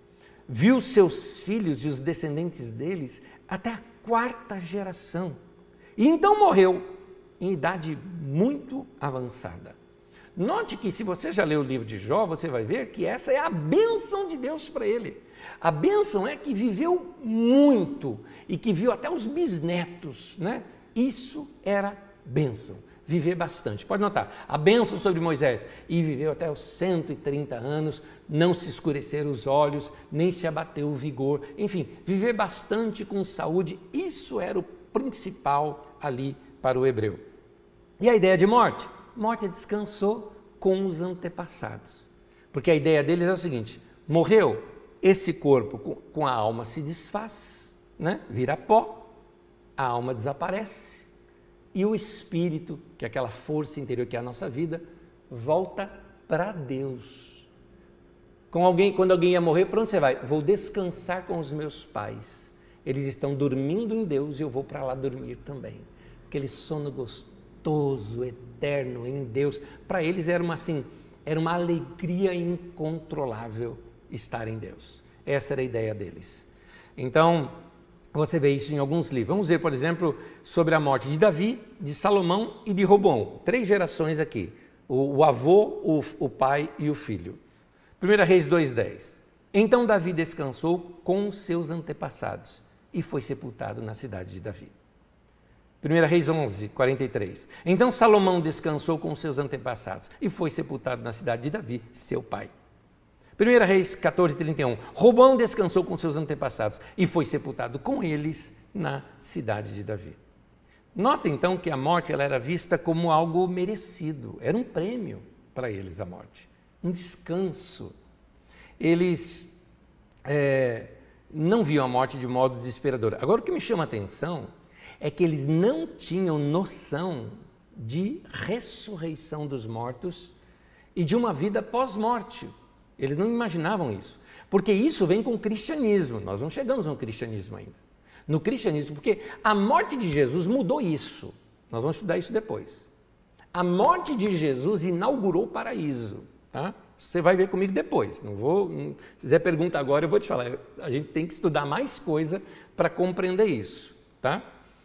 viu seus filhos e os descendentes deles até a quarta geração. E então morreu em idade muito avançada. Note que se você já leu o livro de Jó, você vai ver que essa é a bênção de Deus para ele. A bênção é que viveu muito e que viu até os bisnetos, né? Isso era bênção, viver bastante. Pode notar, a bênção sobre Moisés, e viveu até os cento e trinta anos, não se escureceram os olhos, nem se abateu o vigor. Enfim, viver bastante com saúde, isso era o principal ali para o hebreu. E a ideia de morte? Morte descansou com os antepassados. Porque a ideia deles é o seguinte: morreu, esse corpo com a alma se desfaz, né? Vira pó, a alma desaparece e o espírito, que é aquela força interior que é a nossa vida, volta para Deus. Com alguém, quando alguém ia morrer, para onde você vai? Vou descansar com os meus pais. Eles estão dormindo em Deus e eu vou para lá dormir também. Aquele sono gostoso, eterno em Deus. Para eles era uma, assim, era uma alegria incontrolável estar em Deus. Essa era a ideia deles. Então, você vê isso em alguns livros. Vamos ver, por exemplo, sobre a morte de Davi, de Salomão e de Roboão. Três gerações aqui. O, o avô, o, o pai e o filho. primeira Reis dois, dez. Então Davi descansou com seus antepassados e foi sepultado na cidade de Davi. primeira Reis onze, quarenta e três. Então Salomão descansou com seus antepassados e foi sepultado na cidade de Davi, seu pai. primeira Reis quatorze, trinta e um. Roboão descansou com seus antepassados e foi sepultado com eles na cidade de Davi. Nota então que a morte ela era vista como algo merecido, era um prêmio para eles a morte, um descanso. Eles é, não viam a morte de modo desesperador. Agora o que me chama a atenção é que eles não tinham noção de ressurreição dos mortos e de uma vida pós-morte. Eles não imaginavam isso, porque isso vem com o cristianismo. Nós não chegamos no cristianismo ainda. No cristianismo, porque a morte de Jesus mudou isso. Nós vamos estudar isso depois. A morte de Jesus inaugurou o paraíso, tá? Você vai ver comigo depois. Não vou, se fizer pergunta agora, eu vou te falar. A gente tem que estudar mais coisa para compreender isso, tá?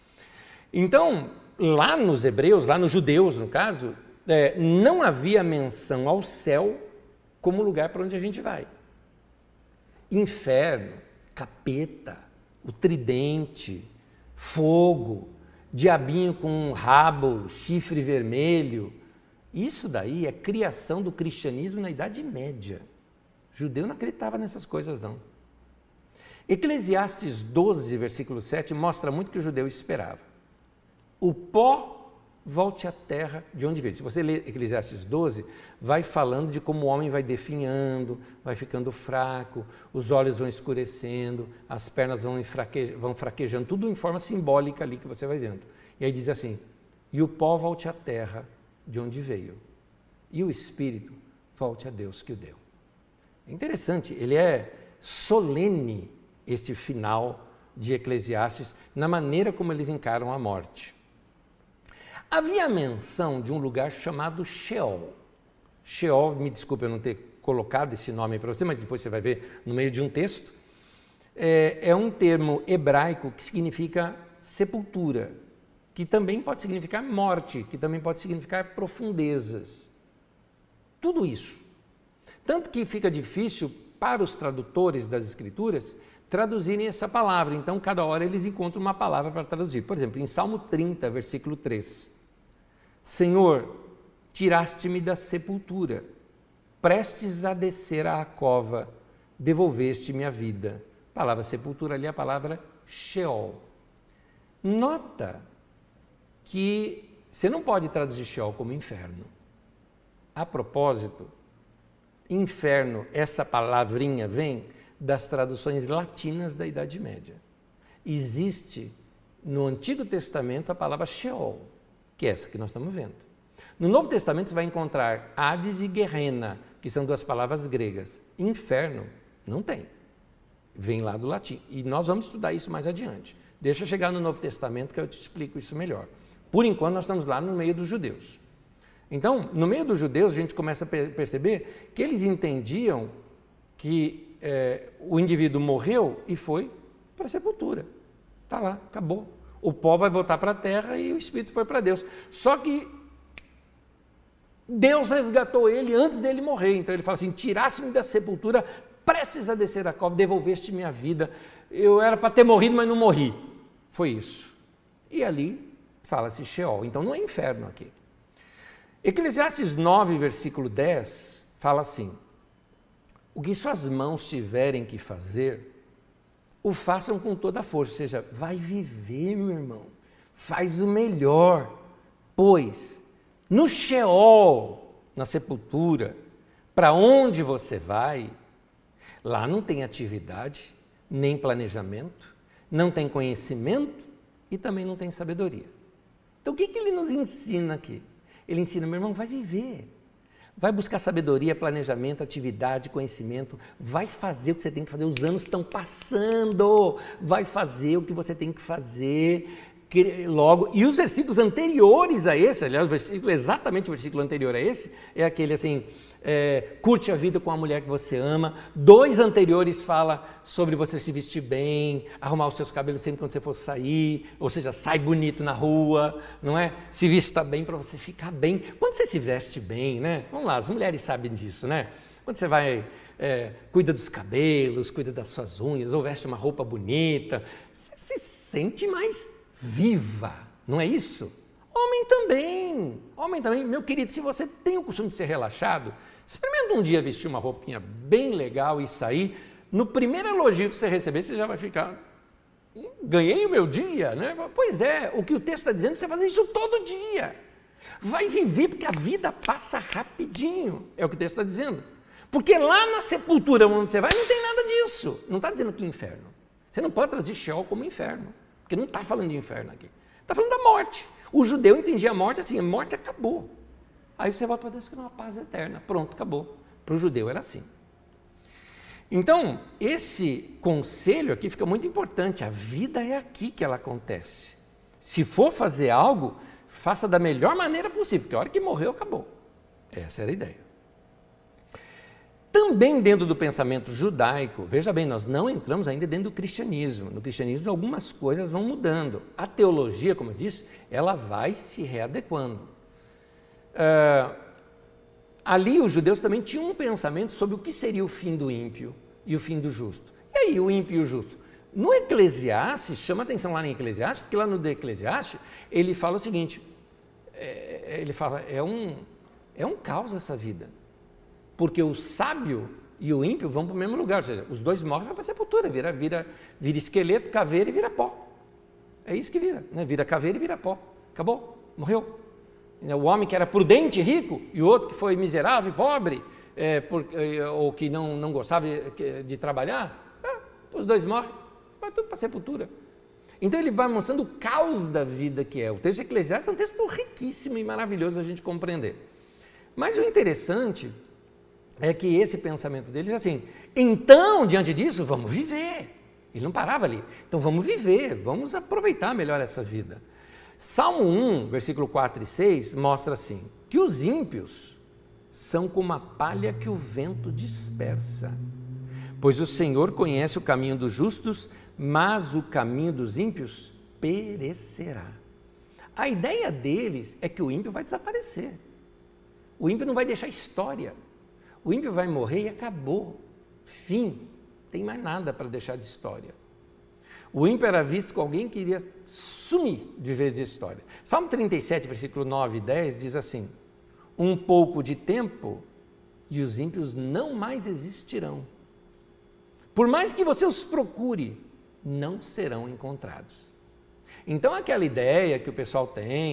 Então, lá nos hebreus, lá nos judeus, no caso, é, não havia menção ao céu como lugar para onde a gente vai. Inferno, capeta, o tridente, fogo, diabinho com um rabo, chifre vermelho. Isso daí é criação do cristianismo na Idade Média. O judeu não acreditava nessas coisas, não. Eclesiastes doze, versículo sete, mostra muito o que o judeu esperava. O pó volte à terra de onde veio. Se você ler Eclesiastes doze, vai falando de como o homem vai definhando, vai ficando fraco, os olhos vão escurecendo, as pernas vão, fraque... vão fraquejando, tudo em forma simbólica ali que você vai vendo. E aí diz assim: e o pó volte à terra de onde veio, e o espírito volte a Deus que o deu. É interessante, ele é solene, este final de Eclesiastes, na maneira como eles encaram a morte. Havia menção de um lugar chamado Sheol. Sheol, me desculpe eu não ter colocado esse nome para você, mas depois você vai ver no meio de um texto. É, é um termo hebraico que significa sepultura, que também pode significar morte, que também pode significar profundezas. Tudo isso. Tanto que fica difícil para os tradutores das Escrituras traduzirem essa palavra. Então, cada hora eles encontram uma palavra para traduzir. Por exemplo, em Salmo trinta, versículo três. Senhor, tiraste-me da sepultura, prestes a descer à cova, devolveste-me a vida. A palavra sepultura ali é a palavra Sheol. Nota que você não pode traduzir Sheol como inferno. A propósito, inferno, essa palavrinha vem das traduções latinas da Idade Média. Existe no Antigo Testamento a palavra Sheol, que é essa que nós estamos vendo. No Novo Testamento você vai encontrar Hades e Gehenna, que são duas palavras gregas. Inferno, não tem. Vem lá do latim. E nós vamos estudar isso mais adiante. Deixa eu chegar no Novo Testamento que eu te explico isso melhor. Por enquanto nós estamos lá no meio dos judeus. Então, no meio dos judeus a gente começa a perceber que eles entendiam que é, o indivíduo morreu e foi para a sepultura. Está lá, acabou. O pó vai voltar para a terra e o espírito foi para Deus. Só que Deus resgatou ele antes dele morrer. Então ele fala assim, tiraste-me da sepultura, prestes a descer a cova, devolveste minha vida. Eu era para ter morrido, mas não morri. Foi isso. E ali fala-se Sheol. Então não é inferno aqui. Eclesiastes nove, versículo dez, fala assim, o que suas mãos tiverem que fazer, o façam com toda a força, ou seja, vai viver, meu irmão, faz o melhor, pois no Sheol, na sepultura, para onde você vai, lá não tem atividade, nem planejamento, não tem conhecimento e também não tem sabedoria. Então o que, que ele nos ensina aqui? Ele ensina, meu irmão, vai viver, vai buscar sabedoria, planejamento, atividade, conhecimento, vai fazer o que você tem que fazer, os anos estão passando, vai fazer o que você tem que fazer logo. E os versículos anteriores a esse, aliás, o versículo, exatamente o versículo anterior a esse, é aquele assim, é, curte a vida com a mulher que você ama. Dois anteriores fala sobre você se vestir bem, arrumar os seus cabelos sempre quando você for sair, ou seja, sai bonito na rua, não é? Se vista bem para você ficar bem. Quando você se veste bem, né? Vamos lá, as mulheres sabem disso, né? Quando você vai, é, cuida dos cabelos, cuida das suas unhas, ou veste uma roupa bonita, você se sente mais viva, não é isso? Homem também, homem também. Meu querido, se você tem o costume de ser relaxado, experimenta um dia vestir uma roupinha bem legal e sair. No primeiro elogio que você receber, você já vai ficar, ganhei o meu dia, né? Pois é, o que o texto está dizendo, você fazer isso todo dia. Vai viver, porque a vida passa rapidinho, é o que o texto está dizendo. Porque lá na sepultura onde você vai, não tem nada disso. Não está dizendo que inferno. Você não pode trazer Sheol como inferno, porque não está falando de inferno aqui. Está falando da morte. O judeu entendia a morte assim, a morte acabou. Aí você volta para Deus que é uma paz eterna. Pronto, acabou. Para o judeu era assim. Então, esse conselho aqui fica muito importante. A vida é aqui que ela acontece. Se for fazer algo, faça da melhor maneira possível, porque a hora que morreu, acabou. Essa era a ideia. Também dentro do pensamento judaico, veja bem, nós não entramos ainda dentro do cristianismo. No cristianismo algumas coisas vão mudando. A teologia, como eu disse, ela vai se readequando. Uh, ali os judeus também tinham um pensamento sobre o que seria o fim do ímpio e o fim do justo. E aí o ímpio e o justo? No Eclesiastes, chama atenção lá em Eclesiastes, porque lá no Eclesiastes ele fala o seguinte, é, ele fala, é um, é um caos essa vida. Porque o sábio e o ímpio vão para o mesmo lugar, ou seja, os dois morrem e vão para a sepultura, vira, vira, vira esqueleto, caveira e vira pó. É isso que vira, né? Vira caveira e vira pó. Acabou, morreu. O homem que era prudente e rico, e o outro que foi miserável e pobre, é, por, é, ou que não, não gostava de, de trabalhar, é, os dois morrem, vai tudo para a sepultura. Então ele vai mostrando o caos da vida que é. O texto de Eclesiastes é um texto riquíssimo e maravilhoso a gente compreender. Mas o interessante é que esse pensamento dele é assim, então, diante disso, vamos viver. Ele não parava ali. Então, vamos viver, vamos aproveitar melhor essa vida. Salmo um, versículo quatro e seis, mostra assim, que os ímpios são como a palha que o vento dispersa. Pois o Senhor conhece o caminho dos justos, mas o caminho dos ímpios perecerá. A ideia deles é que o ímpio vai desaparecer. O ímpio não vai deixar história. O ímpio vai morrer e acabou. Fim. Não tem mais nada para deixar de história. O ímpio era visto como alguém que iria sumir de vez de história. Salmo trinta e sete, versículo nove e dez diz assim, um pouco de tempo e os ímpios não mais existirão. Por mais que você os procure, não serão encontrados. Então aquela ideia que o pessoal tem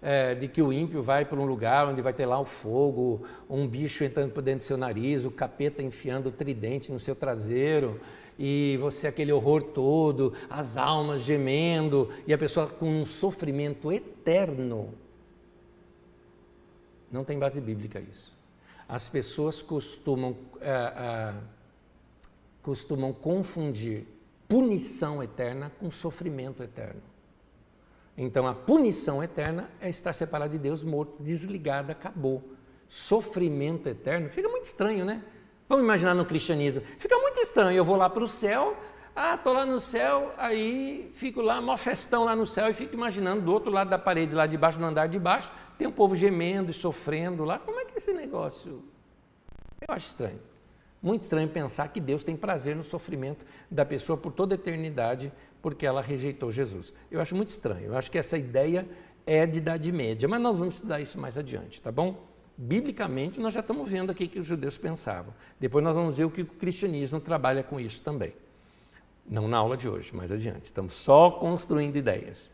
é, de que o ímpio vai para um lugar onde vai ter lá o fogo, um bicho entrando por dentro do seu nariz, o capeta enfiando o tridente no seu traseiro, e você aquele horror todo, as almas gemendo, e a pessoa com um sofrimento eterno. Não tem base bíblica isso. As pessoas costumam, ah, ah, costumam confundir punição eterna com sofrimento eterno. Então, a punição eterna é estar separado de Deus, morto, desligado, acabou. Sofrimento eterno, fica muito estranho, né? Vamos imaginar no cristianismo, fica muito estranho, eu vou lá para o céu, ah, estou lá no céu, aí fico lá, mó festão lá no céu e fico imaginando do outro lado da parede, lá de baixo, no andar de baixo, tem um povo gemendo e sofrendo lá, como é que é esse negócio? Eu acho estranho, muito estranho pensar que Deus tem prazer no sofrimento da pessoa por toda a eternidade, porque ela rejeitou Jesus. Eu acho muito estranho, eu acho que essa ideia é de Idade Média, mas nós vamos estudar isso mais adiante, tá bom? Biblicamente, nós já estamos vendo aqui que os judeus pensavam. Depois nós vamos ver o que o cristianismo trabalha com isso também. Não na aula de hoje, mais adiante. Estamos só construindo ideias.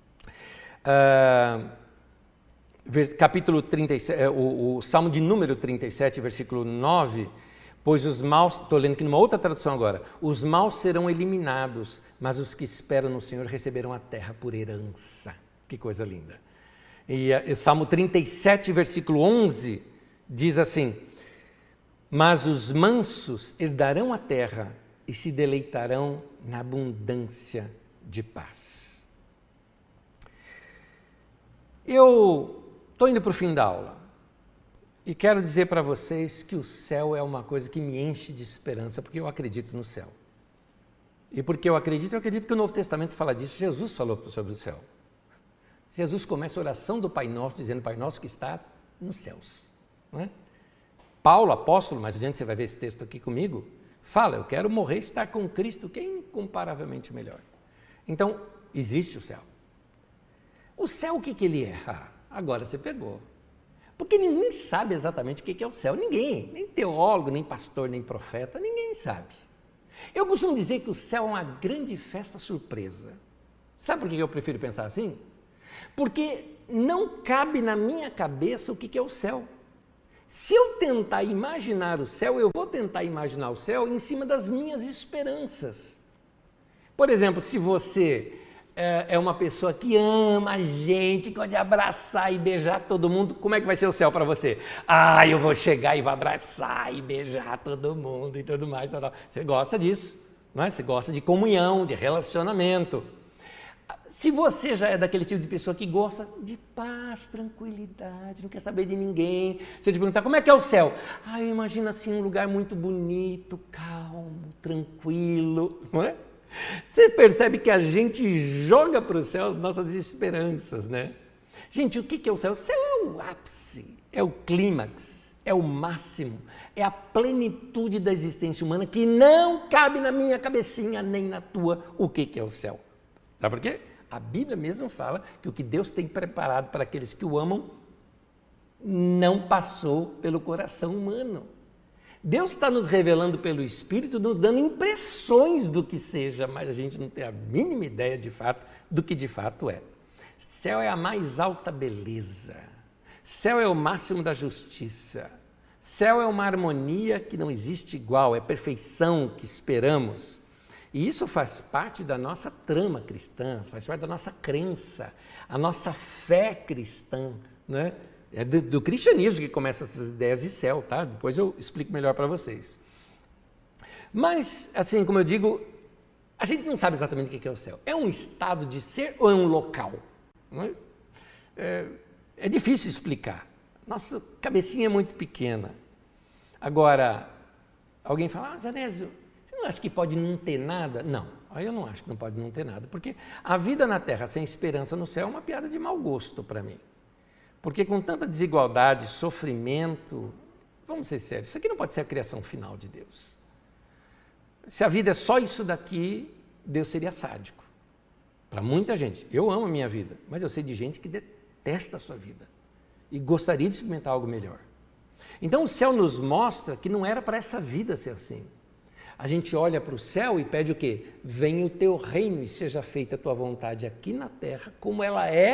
Ah, capítulo trinta e sete, o, o Salmo de número trinta e sete, versículo nove, pois os maus, estou lendo aqui numa outra tradução agora, os maus serão eliminados, mas os que esperam no Senhor receberão a terra por herança. Que coisa linda. E uh, Salmo trinta e sete, versículo onze, diz assim, mas os mansos herdarão a terra e se deleitarão na abundância de paz. Eu estou indo para o fim da aula e quero dizer para vocês que o céu é uma coisa que me enche de esperança, porque eu acredito no céu. E porque eu acredito, eu acredito que o Novo Testamento fala disso, Jesus falou sobre o céu. Jesus começa a oração do Pai Nosso, dizendo, Pai Nosso que está nos céus. Não é? Paulo, apóstolo, mais adiante você vai ver esse texto aqui comigo, fala, eu quero morrer e estar com Cristo, que é incomparavelmente melhor. Então, existe o céu. O céu, o que, que ele é? Ah, agora você pegou. Porque ninguém sabe exatamente o que, que é o céu. Ninguém, nem teólogo, nem pastor, nem profeta, ninguém sabe. Eu costumo dizer que o céu é uma grande festa surpresa. Sabe por que eu prefiro pensar assim? Porque não cabe na minha cabeça o que é o céu. Se eu tentar imaginar o céu, eu vou tentar imaginar o céu em cima das minhas esperanças. Por exemplo, se você é, é uma pessoa que ama a gente, que pode abraçar e beijar todo mundo, como é que vai ser o céu para você? Ah, eu vou chegar e vou abraçar e beijar todo mundo e tudo mais. Tal, tal. Você gosta disso, não é? Você gosta de comunhão, de relacionamento. Se você já é daquele tipo de pessoa que gosta de paz, tranquilidade, não quer saber de ninguém, se eu te perguntar como é que é o céu, ah, eu imagino assim um lugar muito bonito, calmo, tranquilo, não é? Você percebe que a gente joga para o céu as nossas esperanças, né? Gente, o que é o céu? O céu é o ápice, é o clímax, é o máximo, é a plenitude da existência humana que não cabe na minha cabecinha nem na tua o que é o céu. Sabe por quê? A Bíblia mesmo fala que o que Deus tem preparado para aqueles que o amam não passou pelo coração humano. Deus está nos revelando pelo Espírito, nos dando impressões do que seja, mas a gente não tem a mínima ideia de fato do que de fato é. Céu é a mais alta beleza. Céu é o máximo da justiça. Céu é uma harmonia que não existe igual, é perfeição que esperamos. E isso faz parte da nossa trama cristã, faz parte da nossa crença, a nossa fé cristã, né? É do, do cristianismo que começa essas ideias de céu, tá? Depois eu explico melhor para vocês. Mas, assim, como eu digo, a gente não sabe exatamente o que é o céu. É um estado de ser ou é um local? Não é? É, é difícil explicar. Nossa cabecinha é muito pequena. Agora, alguém fala, ah, Zanésio, você não acha que pode não ter nada? Não, aí eu não acho que não pode não ter nada, porque a vida na Terra sem esperança no céu é uma piada de mau gosto para mim. Porque com tanta desigualdade, sofrimento, vamos ser sérios, isso aqui não pode ser a criação final de Deus. Se a vida é só isso daqui, Deus seria sádico. Para muita gente. Eu amo a minha vida, mas eu sei de gente que detesta a sua vida e gostaria de experimentar algo melhor. Então o céu nos mostra que não era para essa vida ser assim. A gente olha para o céu e pede o quê? Venha o teu reino e seja feita a tua vontade aqui na terra, como ela é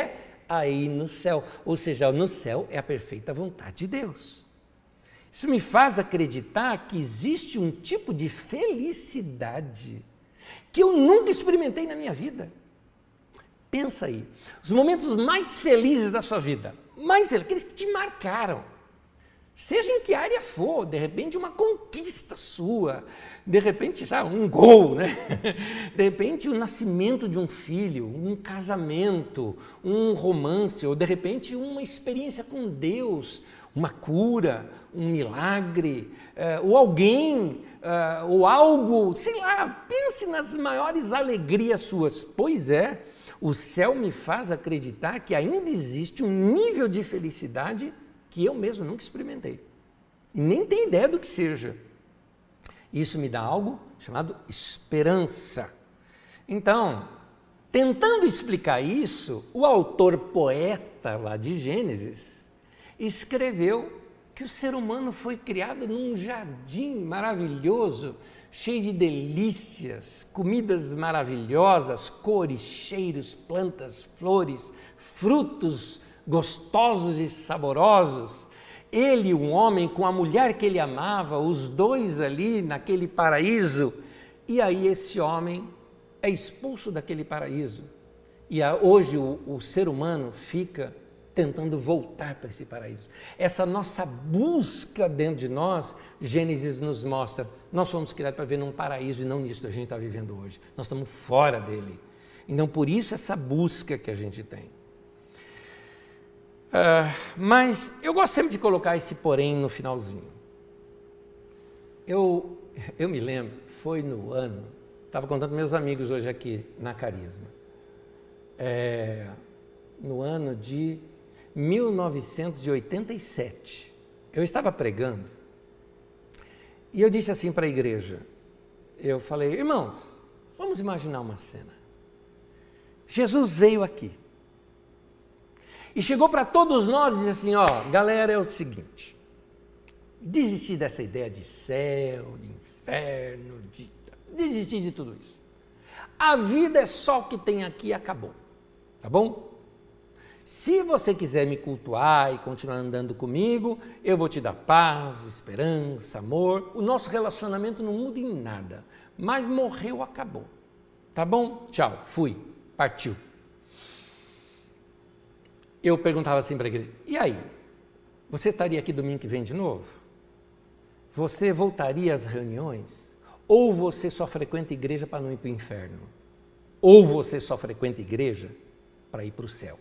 aí no céu. Ou seja, no céu é a perfeita vontade de Deus. Isso me faz acreditar que existe um tipo de felicidade que eu nunca experimentei na minha vida. Pensa aí, os momentos mais felizes da sua vida, mais aqueles que te marcaram, seja em que área for, de repente uma conquista sua, de repente, sabe, um gol, né? De repente o nascimento de um filho, um casamento, um romance, ou de repente uma experiência com Deus, uma cura, um milagre, uh, ou alguém, uh, ou algo, sei lá, pense nas maiores alegrias suas. Pois é, o céu me faz acreditar que ainda existe um nível de felicidade que eu mesmo nunca experimentei. E nem tenho ideia do que seja. Isso me dá algo chamado esperança. Então, tentando explicar isso, o autor poeta lá de Gênesis escreveu que o ser humano foi criado num jardim maravilhoso, cheio de delícias, comidas maravilhosas, cores, cheiros, plantas, flores, frutos gostosos e saborosos. Ele, um homem, com a mulher que ele amava, os dois ali naquele paraíso, e aí esse homem é expulso daquele paraíso. E hoje o, o ser humano fica tentando voltar para esse paraíso. Essa nossa busca dentro de nós, Gênesis nos mostra, nós fomos criados para viver num paraíso e não nisso que a gente está vivendo hoje. Nós estamos fora dele. Então, por isso, essa busca que a gente tem. Uh, mas eu gosto sempre de colocar esse porém no finalzinho. Eu, eu me lembro, foi no ano, estava contando com meus amigos hoje aqui na Carisma, é, no ano de mil novecentos e oitenta e sete, eu estava pregando e eu disse assim para a igreja, eu falei, irmãos, vamos imaginar uma cena. Jesus veio aqui e chegou para todos nós e disse assim, ó, galera, é o seguinte, desisti dessa ideia de céu, de inferno, de, desisti de tudo isso. A vida é só o que tem aqui e acabou, tá bom? Se você quiser me cultuar e continuar andando comigo, eu vou te dar paz, esperança, amor. O nosso relacionamento não muda em nada, mas morreu, acabou. Tá bom? Tchau, fui, partiu. Eu perguntava assim para a igreja, e aí? Você estaria aqui domingo que vem de novo? Você voltaria às reuniões? Ou você só frequenta igreja para não ir para o inferno? Ou você só frequenta igreja para ir para o céu?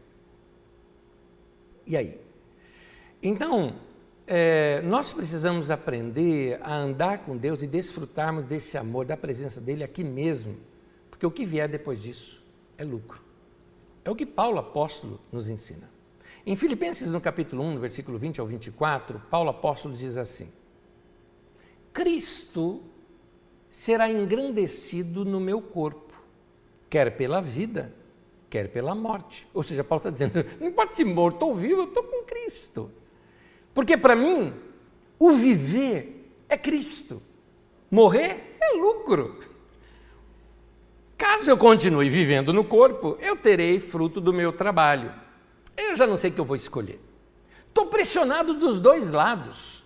E aí? Então, é, nós precisamos aprender a andar com Deus e desfrutarmos desse amor, da presença dele aqui mesmo, porque o que vier depois disso é lucro. É o que Paulo apóstolo nos ensina. Em Filipenses, no capítulo um, no versículo vinte ao vinte e quatro, Paulo apóstolo diz assim, Cristo será engrandecido no meu corpo, quer pela vida, quer pela morte. Ou seja, Paulo está dizendo, não importa se morto ou vivo, eu estou com Cristo. Porque para mim, o viver é Cristo. Morrer é lucro. Caso eu continue vivendo no corpo, eu terei fruto do meu trabalho. Eu já não sei o que eu vou escolher. Estou pressionado dos dois lados.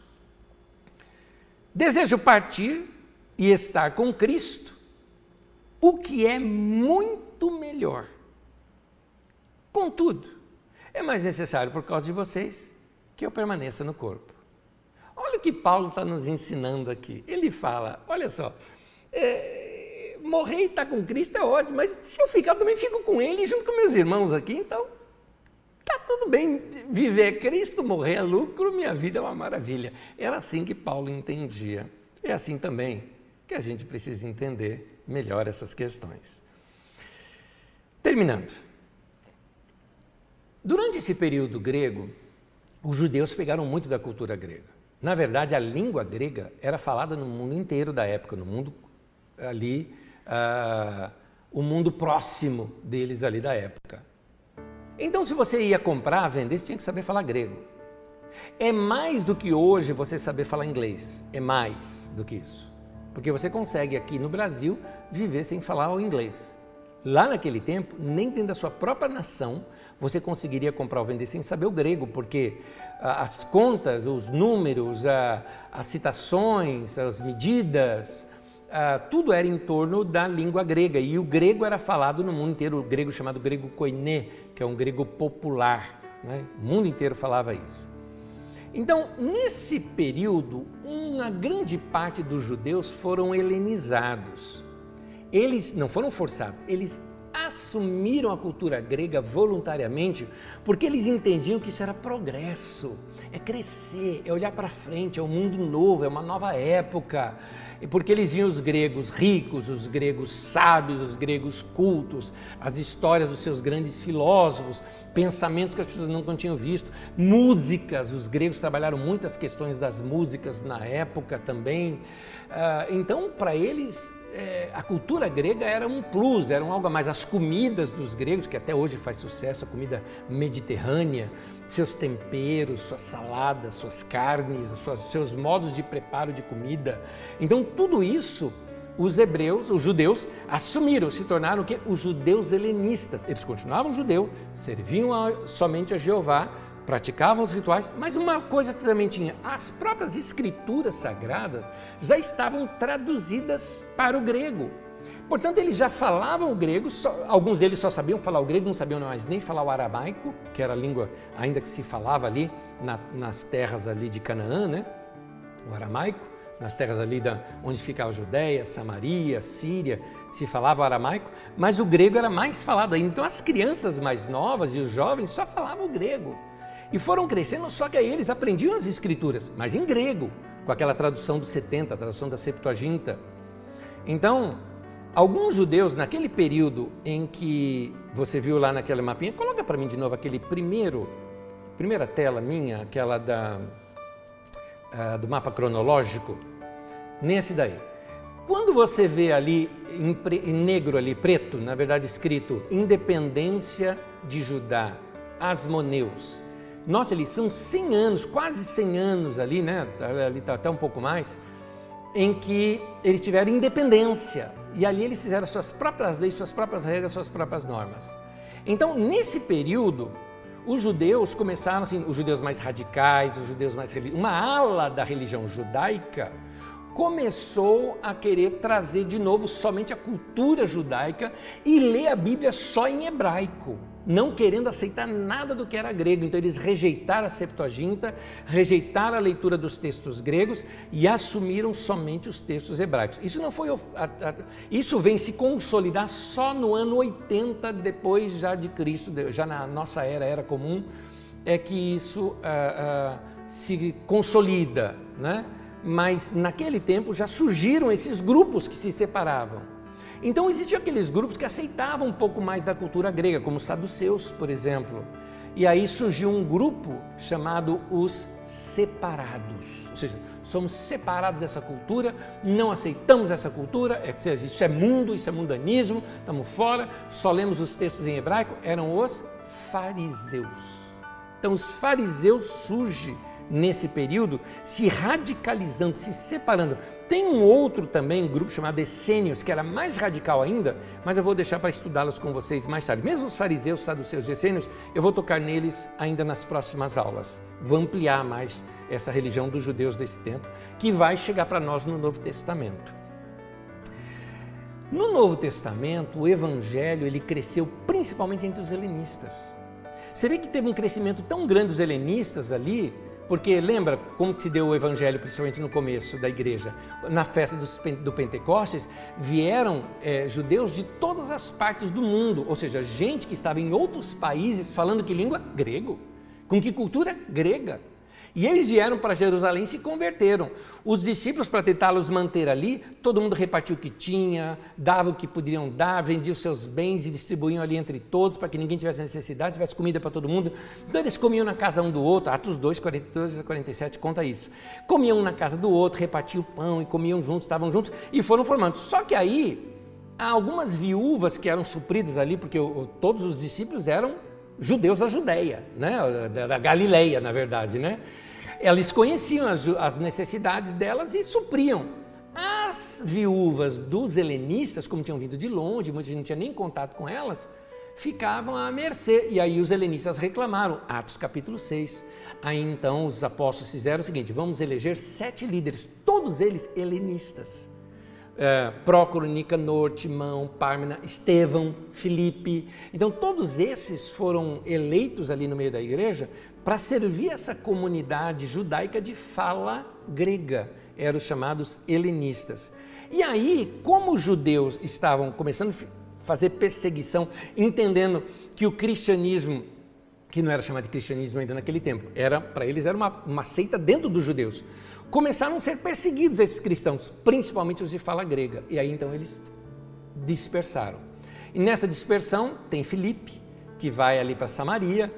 Desejo partir e estar com Cristo, o que é muito melhor. Contudo, é mais necessário por causa de vocês que eu permaneça no corpo. Olha o que Paulo está nos ensinando aqui. Ele fala, olha só, é, morrer e estar com Cristo é ótimo, mas se eu ficar, eu também fico com ele junto com meus irmãos aqui, então está tudo bem. Viver é Cristo, morrer é lucro, minha vida é uma maravilha. Era assim que Paulo entendia. É assim também que a gente precisa entender melhor essas questões. Terminando. Durante esse período grego, os judeus pegaram muito da cultura grega. Na verdade, a língua grega era falada no mundo inteiro da época, no mundo ali, uh, o mundo próximo deles ali da época. Então, se você ia comprar, vender, você tinha que saber falar grego. É mais do que hoje você saber falar inglês, é mais do que isso. Porque você consegue aqui no Brasil viver sem falar o inglês. Lá naquele tempo, nem dentro da sua própria nação, você conseguiria comprar ou vender sem saber o grego, porque ah, as contas, os números, ah, as citações, as medidas, ah, tudo era em torno da língua grega. E o grego era falado no mundo inteiro, o grego chamado grego koiné, que é um grego popular, né? O mundo inteiro falava isso. Então, nesse período, uma grande parte dos judeus foram helenizados. Eles não foram forçados, eles assumiram a cultura grega voluntariamente porque eles entendiam que isso era progresso, é crescer, é olhar para frente, é um mundo novo, é uma nova época. E porque eles viam os gregos ricos, os gregos sábios, os gregos cultos, as histórias dos seus grandes filósofos, pensamentos que as pessoas nunca tinham visto, músicas, os gregos trabalharam muito as questões das músicas na época também. Então, para eles, É, a cultura grega era um plus, era um algo a mais. As comidas dos gregos, que até hoje faz sucesso, a comida mediterrânea, seus temperos, suas saladas, suas carnes, suas, seus modos de preparo de comida. Então, tudo isso, os hebreus, os judeus, assumiram, se tornaram o quê? Os judeus helenistas. Eles continuavam judeus, serviam a, somente a Jeová, praticavam os rituais, mas uma coisa que também tinha, as próprias escrituras sagradas já estavam traduzidas para o grego. Portanto, eles já falavam o grego, só, alguns deles só sabiam falar o grego, não sabiam mais nem falar o aramaico, que era a língua ainda que se falava ali na, nas terras ali de Canaã, né? O aramaico, nas terras ali da, onde ficava a Judéia, Samaria, Síria, se falava o aramaico, mas o grego era mais falado ainda. Então, as crianças mais novas e os jovens só falavam o grego. E foram crescendo, só que aí eles aprendiam as escrituras, mas em grego, com aquela tradução dos setenta, a tradução da Septuaginta. Então, alguns judeus, naquele período em que você viu lá naquela mapinha, coloca para mim de novo aquele primeiro, primeira tela minha, aquela da, uh, do mapa cronológico, nesse daí. Quando você vê ali, em, pre, em negro ali, preto, na verdade escrito, Independência de Judá, Asmoneus. Note ali, são cem anos, quase cem anos ali, né? Ali está até um pouco mais, em que eles tiveram independência. E ali eles fizeram suas próprias leis, suas próprias regras, suas próprias normas. Então, nesse período, os judeus começaram, assim, os judeus mais radicais, os judeus mais religiosos, uma ala da religião judaica começou a querer trazer de novo somente a cultura judaica e ler a Bíblia só em hebraico, não querendo aceitar nada do que era grego. Então eles rejeitaram a Septuaginta, rejeitaram a leitura dos textos gregos e assumiram somente os textos hebraicos. Isso não foi, isso vem se consolidar só no ano oitenta depois já de Cristo, já na nossa era, era comum, é que isso ah, ah, se consolida, né? Mas naquele tempo já surgiram esses grupos que se separavam. Então existiam aqueles grupos que aceitavam um pouco mais da cultura grega, como os saduceus, por exemplo. E aí surgiu um grupo chamado os separados. Ou seja, somos separados dessa cultura, não aceitamos essa cultura, é, isso é mundo, isso é mundanismo, estamos fora, só lemos os textos em hebraico. Eram os fariseus. Então os fariseus surgem nesse período, se radicalizando, se separando. Tem um outro também, um grupo chamado essênios, que era mais radical ainda, mas eu vou deixar para estudá-los com vocês mais tarde. Mesmo os fariseus, saduceus e essênios, eu vou tocar neles ainda nas próximas aulas. Vou ampliar mais essa religião dos judeus desse tempo, que vai chegar para nós no Novo Testamento. No Novo Testamento, o Evangelho ele cresceu principalmente entre os helenistas. Você vê que teve um crescimento tão grande dos helenistas ali, porque lembra como que se deu o Evangelho, principalmente no começo da igreja? Na festa do Pentecostes, vieram é, judeus de todas as partes do mundo, ou seja, gente que estava em outros países falando que língua? Grego. Com que cultura? Grega. E eles vieram para Jerusalém e se converteram. Os discípulos, para tentá-los manter ali, todo mundo repartiu o que tinha, dava o que poderiam dar, vendia os seus bens e distribuíam ali entre todos para que ninguém tivesse necessidade, tivesse comida para todo mundo. Então eles comiam na casa um do outro, Atos dois, quarenta e dois a quarenta e sete conta isso. Comiam um na casa do outro, repartiam o pão e comiam juntos, estavam juntos e foram formando. Só que aí, há algumas viúvas que eram supridas ali, porque o, todos os discípulos eram judeus da Judéia, né? da, da Galileia, na verdade, né? Eles conheciam as, as necessidades delas e supriam. As viúvas dos helenistas, como tinham vindo de longe, muita gente não tinha nem contato com elas, ficavam à mercê. E aí os helenistas reclamaram, Atos capítulo seis. Aí então os apóstolos fizeram o seguinte, vamos eleger sete líderes, todos eles helenistas. É, Prócoro, Nicanor, Timão, Pármena, Estevão, Filipe. Então todos esses foram eleitos ali no meio da igreja para servir essa comunidade judaica de fala grega. Eram os chamados helenistas. E aí, como os judeus estavam começando a fazer perseguição, entendendo que o cristianismo, que não era chamado de cristianismo ainda naquele tempo, era, para eles era uma, uma seita dentro dos judeus, começaram a ser perseguidos esses cristãos, principalmente os de fala grega. E aí então eles dispersaram. E nessa dispersão tem Filipe, que vai ali para Samaria,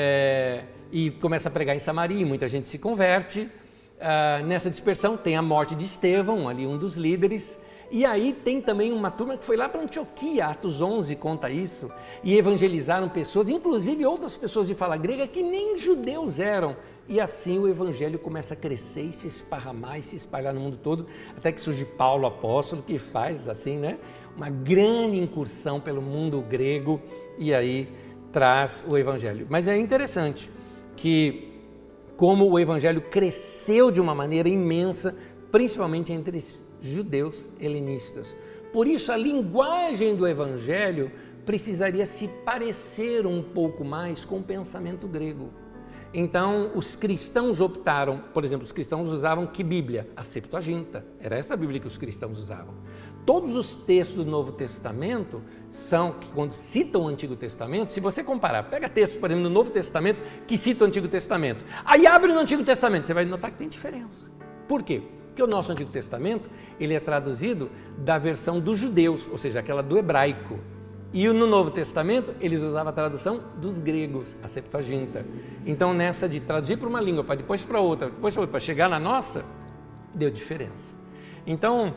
é, e começa a pregar em Samaria, e muita gente se converte. Uh, nessa dispersão tem a morte de Estevão, ali um dos líderes, e aí tem também uma turma que foi lá para Antioquia, Atos onze conta isso, e evangelizaram pessoas, inclusive outras pessoas de fala grega que nem judeus eram, e assim o evangelho começa a crescer e se esparramar e se espalhar no mundo todo, até que surge Paulo apóstolo, que faz assim, né, uma grande incursão pelo mundo grego, e aí traz o evangelho. Mas é interessante que como o evangelho cresceu de uma maneira imensa, principalmente entre judeus helenistas. Por isso, a linguagem do evangelho precisaria se parecer um pouco mais com o pensamento grego. Então, os cristãos optaram, por exemplo, os cristãos usavam que Bíblia? A Septuaginta. Era essa a Bíblia que os cristãos usavam. Todos os textos do Novo Testamento são, que quando citam o Antigo Testamento, se você comparar, pega textos, por exemplo, do Novo Testamento, que citam o Antigo Testamento, aí abre no Antigo Testamento, você vai notar que tem diferença. Por quê? Porque o nosso Antigo Testamento, ele é traduzido da versão dos judeus, ou seja, aquela do hebraico. E no Novo Testamento, eles usavam a tradução dos gregos, a Septuaginta. Então, nessa de traduzir para uma língua, para depois para outra, depois para outra, para chegar na nossa, deu diferença. Então,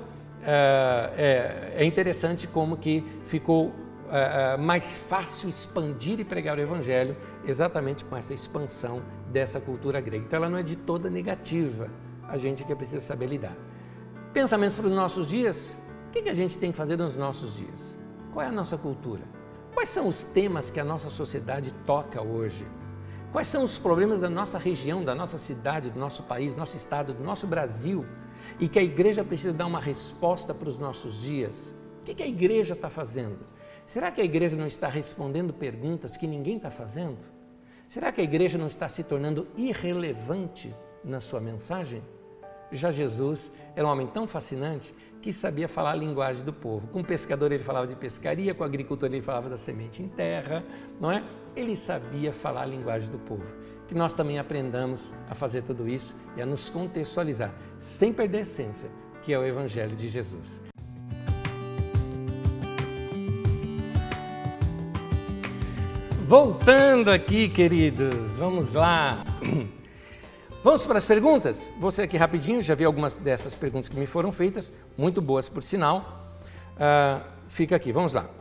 é, é interessante como que ficou é, mais fácil expandir e pregar o Evangelho exatamente com essa expansão dessa cultura grega. Então, ela não é de toda negativa, a gente que precisa saber lidar. Pensamentos para os nossos dias, o que a gente tem que fazer nos nossos dias? Qual é a nossa cultura? Quais são os temas que a nossa sociedade toca hoje? Quais são os problemas da nossa região, da nossa cidade, do nosso país, do nosso estado, do nosso Brasil? E que a igreja precisa dar uma resposta para os nossos dias? O que a igreja está fazendo? Será que a igreja não está respondendo perguntas que ninguém está fazendo? Será que a igreja não está se tornando irrelevante na sua mensagem? Já Jesus era um homem tão fascinante que sabia falar a linguagem do povo. Com o pescador ele falava de pescaria, com o agricultor ele falava da semente em terra, não é? Ele sabia falar a linguagem do povo. Que nós também aprendamos a fazer tudo isso e a nos contextualizar, sem perder a essência, que é o Evangelho de Jesus. Voltando aqui, queridos, vamos lá. Vamos para as perguntas? Vou ser aqui rapidinho, já vi algumas dessas perguntas que me foram feitas, muito boas por sinal. Uh, fica aqui, vamos lá.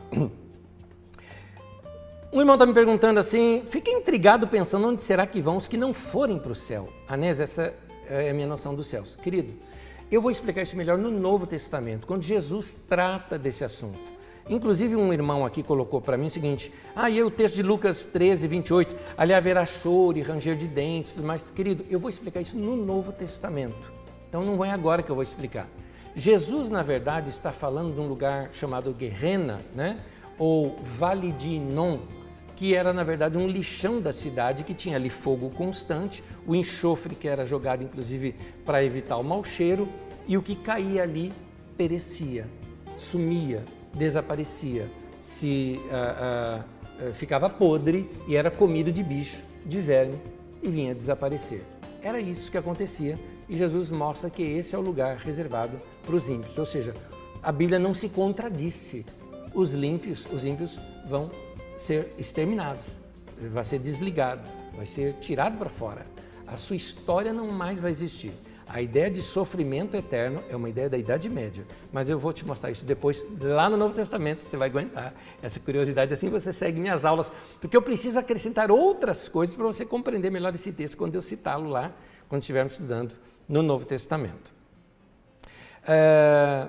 Um irmão está me perguntando assim, fiquei intrigado pensando onde será que vão os que não forem para o céu. Anés, essa é a minha noção dos céus. Querido, eu vou explicar isso melhor no Novo Testamento, quando Jesus trata desse assunto. Inclusive um irmão aqui colocou para mim o seguinte, ah, e o texto de Lucas treze, vinte e oito, ali haverá choro e ranger de dentes, tudo mais. Querido, eu vou explicar isso no Novo Testamento, então não é agora que eu vou explicar. Jesus, na verdade, está falando de um lugar chamado Guerrena, né? Ou Vale de Inom, que era, na verdade, um lixão da cidade, que tinha ali fogo constante, o enxofre que era jogado, inclusive, para evitar o mau cheiro, e o que caía ali perecia, sumia, desaparecia, se uh, uh, uh, ficava podre e era comido de bicho, de verme e vinha desaparecer. Era isso que acontecia e Jesus mostra que esse é o lugar reservado para os ímpios, ou seja, a Bíblia não se contradisse, os ímpios, os ímpios vão ser exterminados, vai ser desligado, vai ser tirado para fora, a sua história não mais vai existir. A ideia de sofrimento eterno é uma ideia da Idade Média, mas eu vou te mostrar isso depois, lá no Novo Testamento, você vai aguentar essa curiosidade, assim você segue minhas aulas, porque eu preciso acrescentar outras coisas para você compreender melhor esse texto quando eu citá-lo lá, quando estivermos estudando no Novo Testamento. É,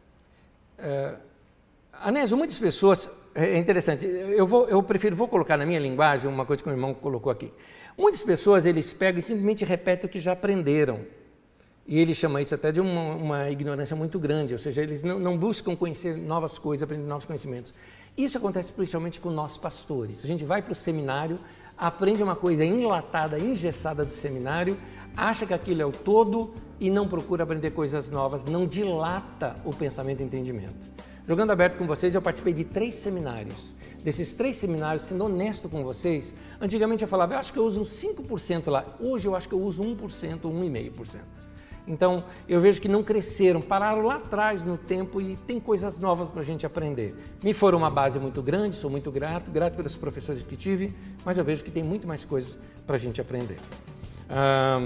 é, Anésio, muitas pessoas, é interessante, eu, vou, eu prefiro, vou colocar na minha linguagem uma coisa que o meu irmão colocou aqui. Muitas pessoas, eles pegam e simplesmente repetem o que já aprenderam. E ele chama isso até de uma, uma ignorância muito grande, ou seja, eles não, não buscam conhecer novas coisas, aprender novos conhecimentos. Isso acontece principalmente com nossos pastores. A gente vai para o seminário, aprende uma coisa enlatada, engessada do seminário, acha que aquilo é o todo e não procura aprender coisas novas, não dilata o pensamento e entendimento. Jogando aberto com vocês, eu participei de três seminários. Desses três seminários, sendo honesto com vocês, antigamente eu falava, eu acho que eu uso uns cinco por cento lá, hoje eu acho que eu uso um por cento, um vírgula cinco por cento. Então, eu vejo que não cresceram, pararam lá atrás no tempo e tem coisas novas para a gente aprender. Me foram uma base muito grande, sou muito grato, grato pelos professores que tive, mas eu vejo que tem muito mais coisas para a gente aprender. Ah,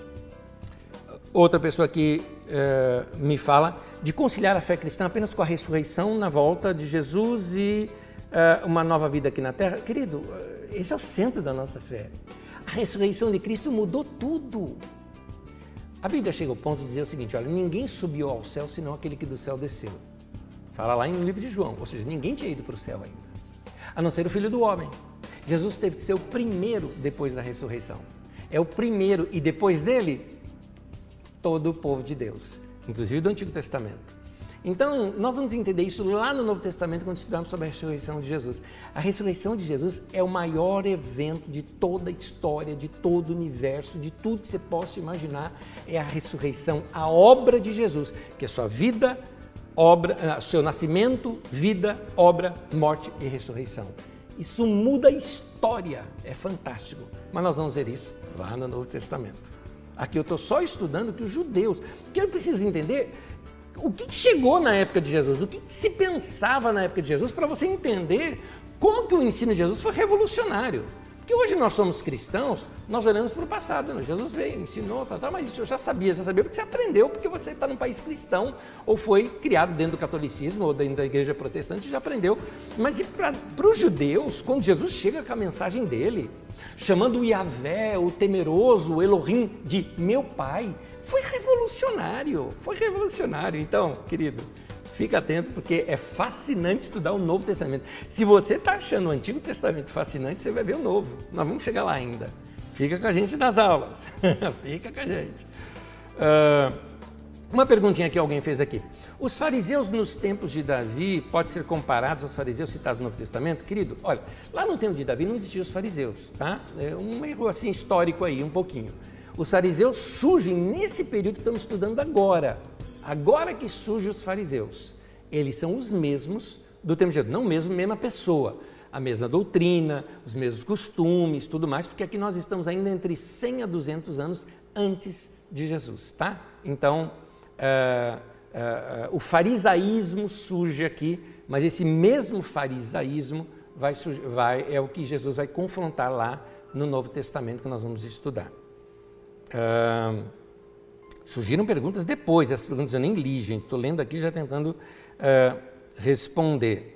outra pessoa que eh, me fala de conciliar a fé cristã apenas com a ressurreição na volta de Jesus e eh, uma nova vida aqui na Terra. Querido, esse é o centro da nossa fé. A ressurreição de Cristo mudou tudo. A Bíblia chega ao ponto de dizer o seguinte, olha, ninguém subiu ao céu senão aquele que do céu desceu. Fala lá no livro de João, ou seja, ninguém tinha ido para o céu ainda, a não ser o Filho do Homem. Jesus teve que ser o primeiro depois da ressurreição. É o primeiro e depois dele, todo o povo de Deus, inclusive do Antigo Testamento. Então, nós vamos entender isso lá no Novo Testamento quando estudarmos sobre a ressurreição de Jesus. A ressurreição de Jesus é o maior evento de toda a história, de todo o universo, de tudo que você possa imaginar. É a ressurreição, a obra de Jesus, que é sua vida, obra, seu nascimento, vida, obra, morte e ressurreição. Isso muda a história, é fantástico. Mas nós vamos ver isso lá no Novo Testamento. Aqui eu estou só estudando o que os judeus, porque eu preciso entender o que chegou na época de Jesus, o que se pensava na época de Jesus, para você entender como que o ensino de Jesus foi revolucionário. Porque hoje nós somos cristãos, nós olhamos para o passado, né? Jesus veio, ensinou, tá, tá, mas isso eu já sabia, já sabia porque você aprendeu, porque você está num país cristão, ou foi criado dentro do catolicismo, ou dentro da igreja protestante, já aprendeu. Mas para os judeus, quando Jesus chega com a mensagem dele, chamando o Yahvé, o temeroso, o Elohim, de meu pai, foi revolucionário, foi revolucionário. Então, querido, fica atento porque é fascinante estudar o Novo Testamento. Se você está achando o Antigo Testamento fascinante, você vai ver o Novo. Nós vamos chegar lá ainda. Fica com a gente nas aulas. Fica com a gente. Uh, uma perguntinha que alguém fez aqui. Os fariseus nos tempos de Davi podem ser comparados aos fariseus citados no Novo Testamento? Querido, olha, lá no tempo de Davi não existiam os fariseus, tá? É um erro assim histórico aí, um pouquinho. Os fariseus surgem nesse período que estamos estudando agora. Agora que surgem os fariseus. Eles são os mesmos do tempo de Jesus, não mesmo, mesma pessoa. A mesma doutrina, os mesmos costumes, tudo mais, porque aqui nós estamos ainda entre cem a duzentos anos antes de Jesus, tá? Então, uh, uh, uh, o farisaísmo surge aqui, mas esse mesmo farisaísmo vai, vai, é o que Jesus vai confrontar lá no Novo Testamento que nós vamos estudar. Uh, surgiram perguntas depois, essas perguntas eu nem li, gente, estou lendo aqui já tentando uh, responder.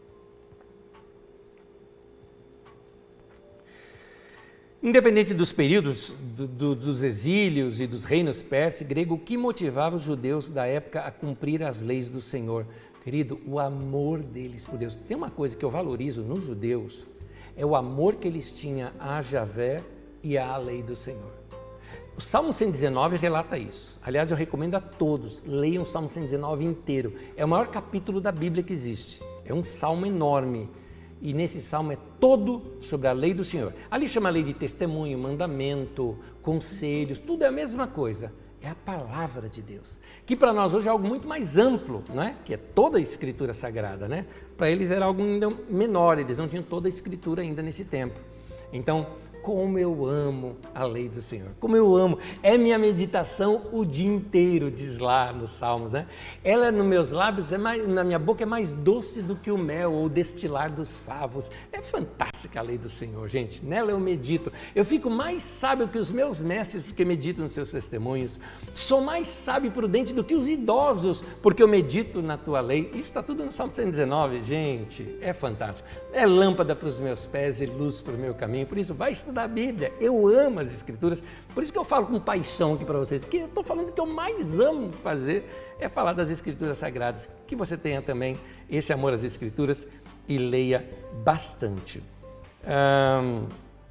Independente dos períodos do, do, dos exílios e dos reinos persa e grego, o que motivava os judeus da época a cumprir as leis do Senhor? Querido, o amor deles por Deus. Tem uma coisa que eu valorizo nos judeus, é o amor que eles tinham a Javé e à lei do Senhor. O Salmo cento e dezenove relata isso. Aliás, eu recomendo a todos, leiam o Salmo cento e dezenove inteiro. É o maior capítulo da Bíblia que existe. É um salmo enorme. E nesse salmo é todo sobre a lei do Senhor. Ali chama a lei de testemunho, mandamento, conselhos, tudo é a mesma coisa. É a palavra de Deus. Que para nós hoje é algo muito mais amplo, não é? Que é toda a Escritura Sagrada, né? Para eles era algo ainda menor, eles não tinham toda a Escritura ainda nesse tempo. Então, como eu amo a lei do Senhor, como eu amo, é minha meditação o dia inteiro, diz lá nos Salmos, né? Ela nos meus lábios, é mais, na minha boca é mais doce do que o mel ou o destilar dos favos. É fantástica a lei do Senhor, gente, nela eu medito, eu fico mais sábio que os meus mestres porque medito nos seus testemunhos, sou mais sábio e prudente do que os idosos porque eu medito na tua lei. Isso está tudo no Salmo cento e dezenove, gente, é fantástico, é lâmpada para os meus pés e luz para o meu caminho, por isso vai estudar da Bíblia. Eu amo as Escrituras, por isso que eu falo com paixão aqui para vocês, porque eu estou falando que eu mais amo fazer é falar das Escrituras Sagradas. Que você tenha também esse amor às Escrituras e leia bastante. Hum...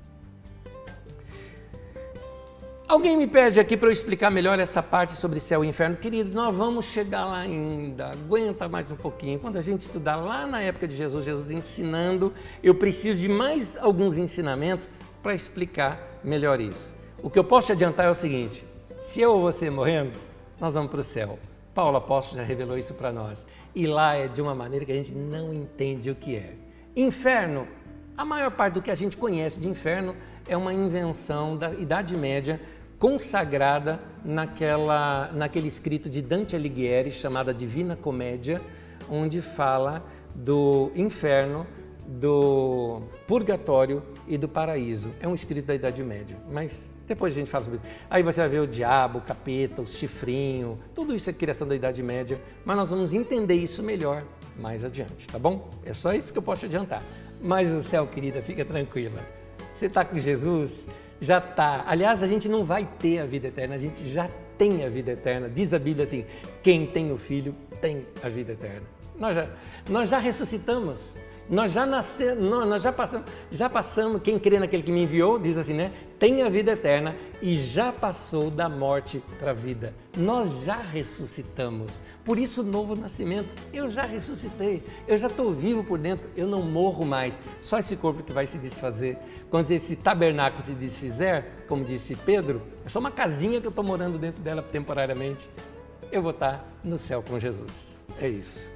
Alguém me pede aqui para eu explicar melhor essa parte sobre céu e inferno. Querido, nós vamos chegar lá ainda, aguenta mais um pouquinho. Quando a gente estudar lá na época de Jesus, Jesus ensinando, eu preciso de mais alguns ensinamentos para explicar melhor isso. O que eu posso te adiantar é o seguinte, se eu ou você morremos, nós vamos para o céu. Paulo apóstolo já revelou isso para nós. E lá é de uma maneira que a gente não entende o que é. Inferno, a maior parte do que a gente conhece de inferno é uma invenção da Idade Média consagrada naquela, naquele escrito de Dante Alighieri chamada Divina Comédia, onde fala do inferno, do purgatório e do paraíso. É um escrito da Idade Média, mas depois a gente fala sobre isso. Aí você vai ver o diabo, o capeta, o chifrinho, tudo isso é criação da Idade Média, mas nós vamos entender isso melhor mais adiante, tá bom? É só isso que eu posso te adiantar. Mas o céu, querida, fica tranquila. Você está com Jesus? Já está. Aliás, a gente não vai ter a vida eterna, a gente já tem a vida eterna. Diz a Bíblia assim, quem tem o Filho tem a vida eterna. Nós já, nós já ressuscitamos, nós já nascemos, nós já passamos, já passamos, quem crê naquele que me enviou, diz assim, né? Tem a vida eterna e já passou da morte para a vida. Nós já ressuscitamos. Por isso o novo nascimento. Eu já ressuscitei, eu já estou vivo por dentro, eu não morro mais. Só esse corpo que vai se desfazer. Quando esse tabernáculo se desfizer, como disse Pedro, é só uma casinha que eu estou morando dentro dela temporariamente. Eu vou estar no céu com Jesus. É isso.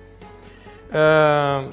Uh,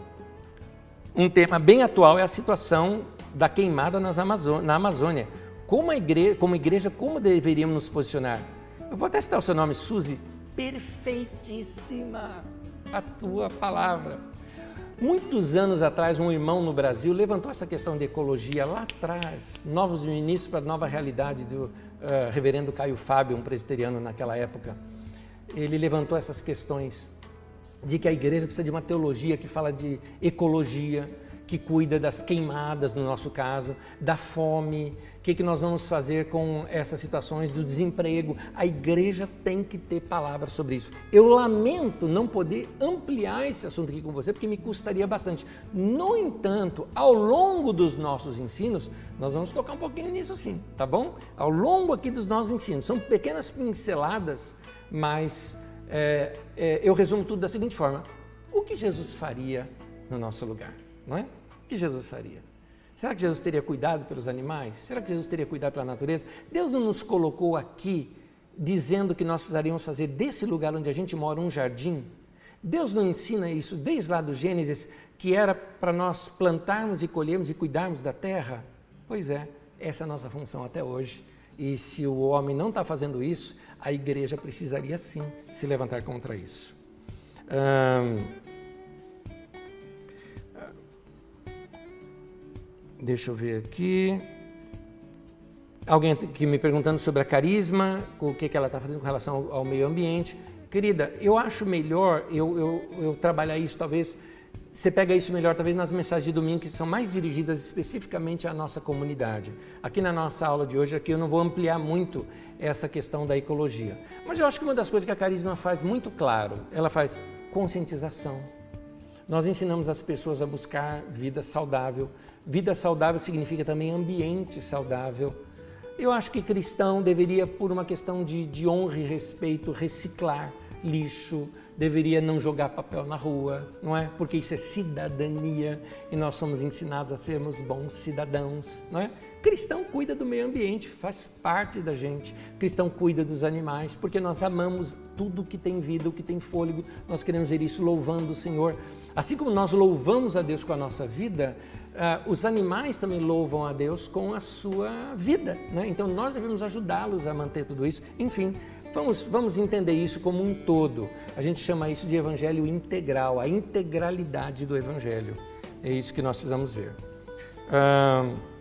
um tema bem atual é a situação da queimada nas Amazô- na Amazônia. Como, a igreja, como igreja, como deveríamos nos posicionar? Eu vou até citar o seu nome, Suzy. Perfeitíssima a tua palavra. Muitos anos atrás, um irmão no Brasil levantou essa questão de ecologia lá atrás, novos ministros para a nova realidade do uh, reverendo Caio Fábio, um presbiteriano naquela época. Ele levantou essas questões de que a igreja precisa de uma teologia que fala de ecologia, que cuida das queimadas, no nosso caso, da fome, o que, que nós vamos fazer com essas situações do desemprego. A igreja tem que ter palavras sobre isso. Eu lamento não poder ampliar esse assunto aqui com você, porque me custaria bastante. No entanto, ao longo dos nossos ensinos, nós vamos tocar um pouquinho nisso sim, tá bom? Ao longo aqui dos nossos ensinos, são pequenas pinceladas, mas é, é, eu resumo tudo da seguinte forma. O que Jesus faria no nosso lugar, não é? O que Jesus faria? Será que Jesus teria cuidado pelos animais? Será que Jesus teria cuidado pela natureza? Deus não nos colocou aqui dizendo que nós precisaríamos fazer desse lugar onde a gente mora um jardim? Deus não ensina isso desde lá do Gênesis, que era para nós plantarmos e colhermos e cuidarmos da terra? Pois é, essa é a nossa função até hoje. E se o homem não está fazendo isso, a igreja precisaria sim se levantar contra isso. Hum... Deixa eu ver aqui. Alguém aqui me perguntando sobre a carisma, o que, que ela está fazendo com relação ao, ao meio ambiente. Querida, eu acho melhor eu, eu, eu trabalhar isso, talvez, você pega isso melhor, talvez nas mensagens de domingo, que são mais dirigidas especificamente à nossa comunidade. Aqui na nossa aula de hoje, aqui eu não vou ampliar muito essa questão da ecologia. Mas eu acho que uma das coisas que a carisma faz muito claro, ela faz conscientização. Nós ensinamos as pessoas a buscar vida saudável. Vida saudável significa também ambiente saudável. Eu acho que cristão deveria, por uma questão de, de honra e respeito, reciclar lixo, deveria não jogar papel na rua, não é? Porque isso é cidadania e nós somos ensinados a sermos bons cidadãos, não é? Cristão cuida do meio ambiente, faz parte da gente. Cristão cuida dos animais, porque nós amamos tudo que tem vida, o que tem fôlego. Nós queremos ver isso louvando o Senhor. Assim como nós louvamos a Deus com a nossa vida, uh, os animais também louvam a Deus com a sua vida, né? Então nós devemos ajudá-los a manter tudo isso. Enfim, vamos, vamos entender isso como um todo. A gente chama isso de evangelho integral, a integralidade do evangelho. É isso que nós precisamos ver. Uh,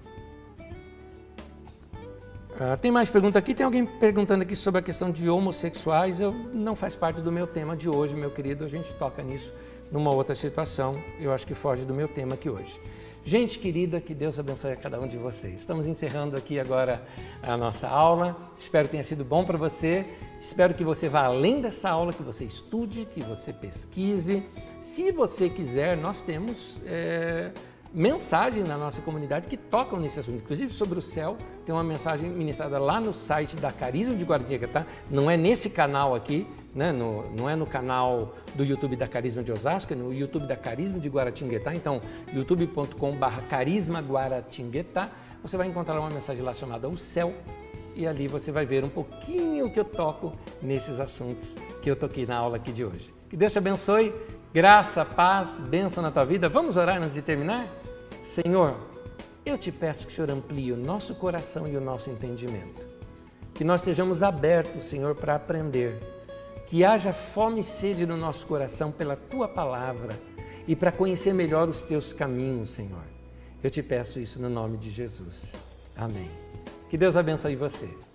Uh, tem mais pergunta aqui? Tem alguém perguntando aqui sobre a questão de homossexuais. Eu, não faz parte do meu tema de hoje, meu querido. A gente toca nisso numa outra situação. Eu acho que foge do meu tema aqui hoje. Gente querida, que Deus abençoe a cada um de vocês. Estamos encerrando aqui agora a nossa aula. Espero que tenha sido bom para você. Espero que você vá além dessa aula, que você estude, que você pesquise. Se você quiser, nós temos é, mensagens na nossa comunidade que tocam nesse assunto. Inclusive sobre o céu, tem uma mensagem ministrada lá no site da Carisma de Guaratinguetá. Não é nesse canal aqui, né? no, não é no canal do YouTube da Carisma de Osasco, é no YouTube da Carisma de Guaratinguetá. Então, youtube ponto com barra carisma guaratinguetá. Você vai encontrar uma mensagem lá chamada O Céu. E ali você vai ver um pouquinho que eu toco nesses assuntos que eu toquei na aula aqui de hoje. Que Deus te abençoe, graça, paz, bênção na tua vida. Vamos orar antes de terminar? Senhor, eu te peço que o Senhor amplie o nosso coração e o nosso entendimento. Que nós estejamos abertos, Senhor, para aprender. Que haja fome e sede no nosso coração pela Tua palavra e para conhecer melhor os Teus caminhos, Senhor. Eu te peço isso no nome de Jesus. Amém. Que Deus abençoe você.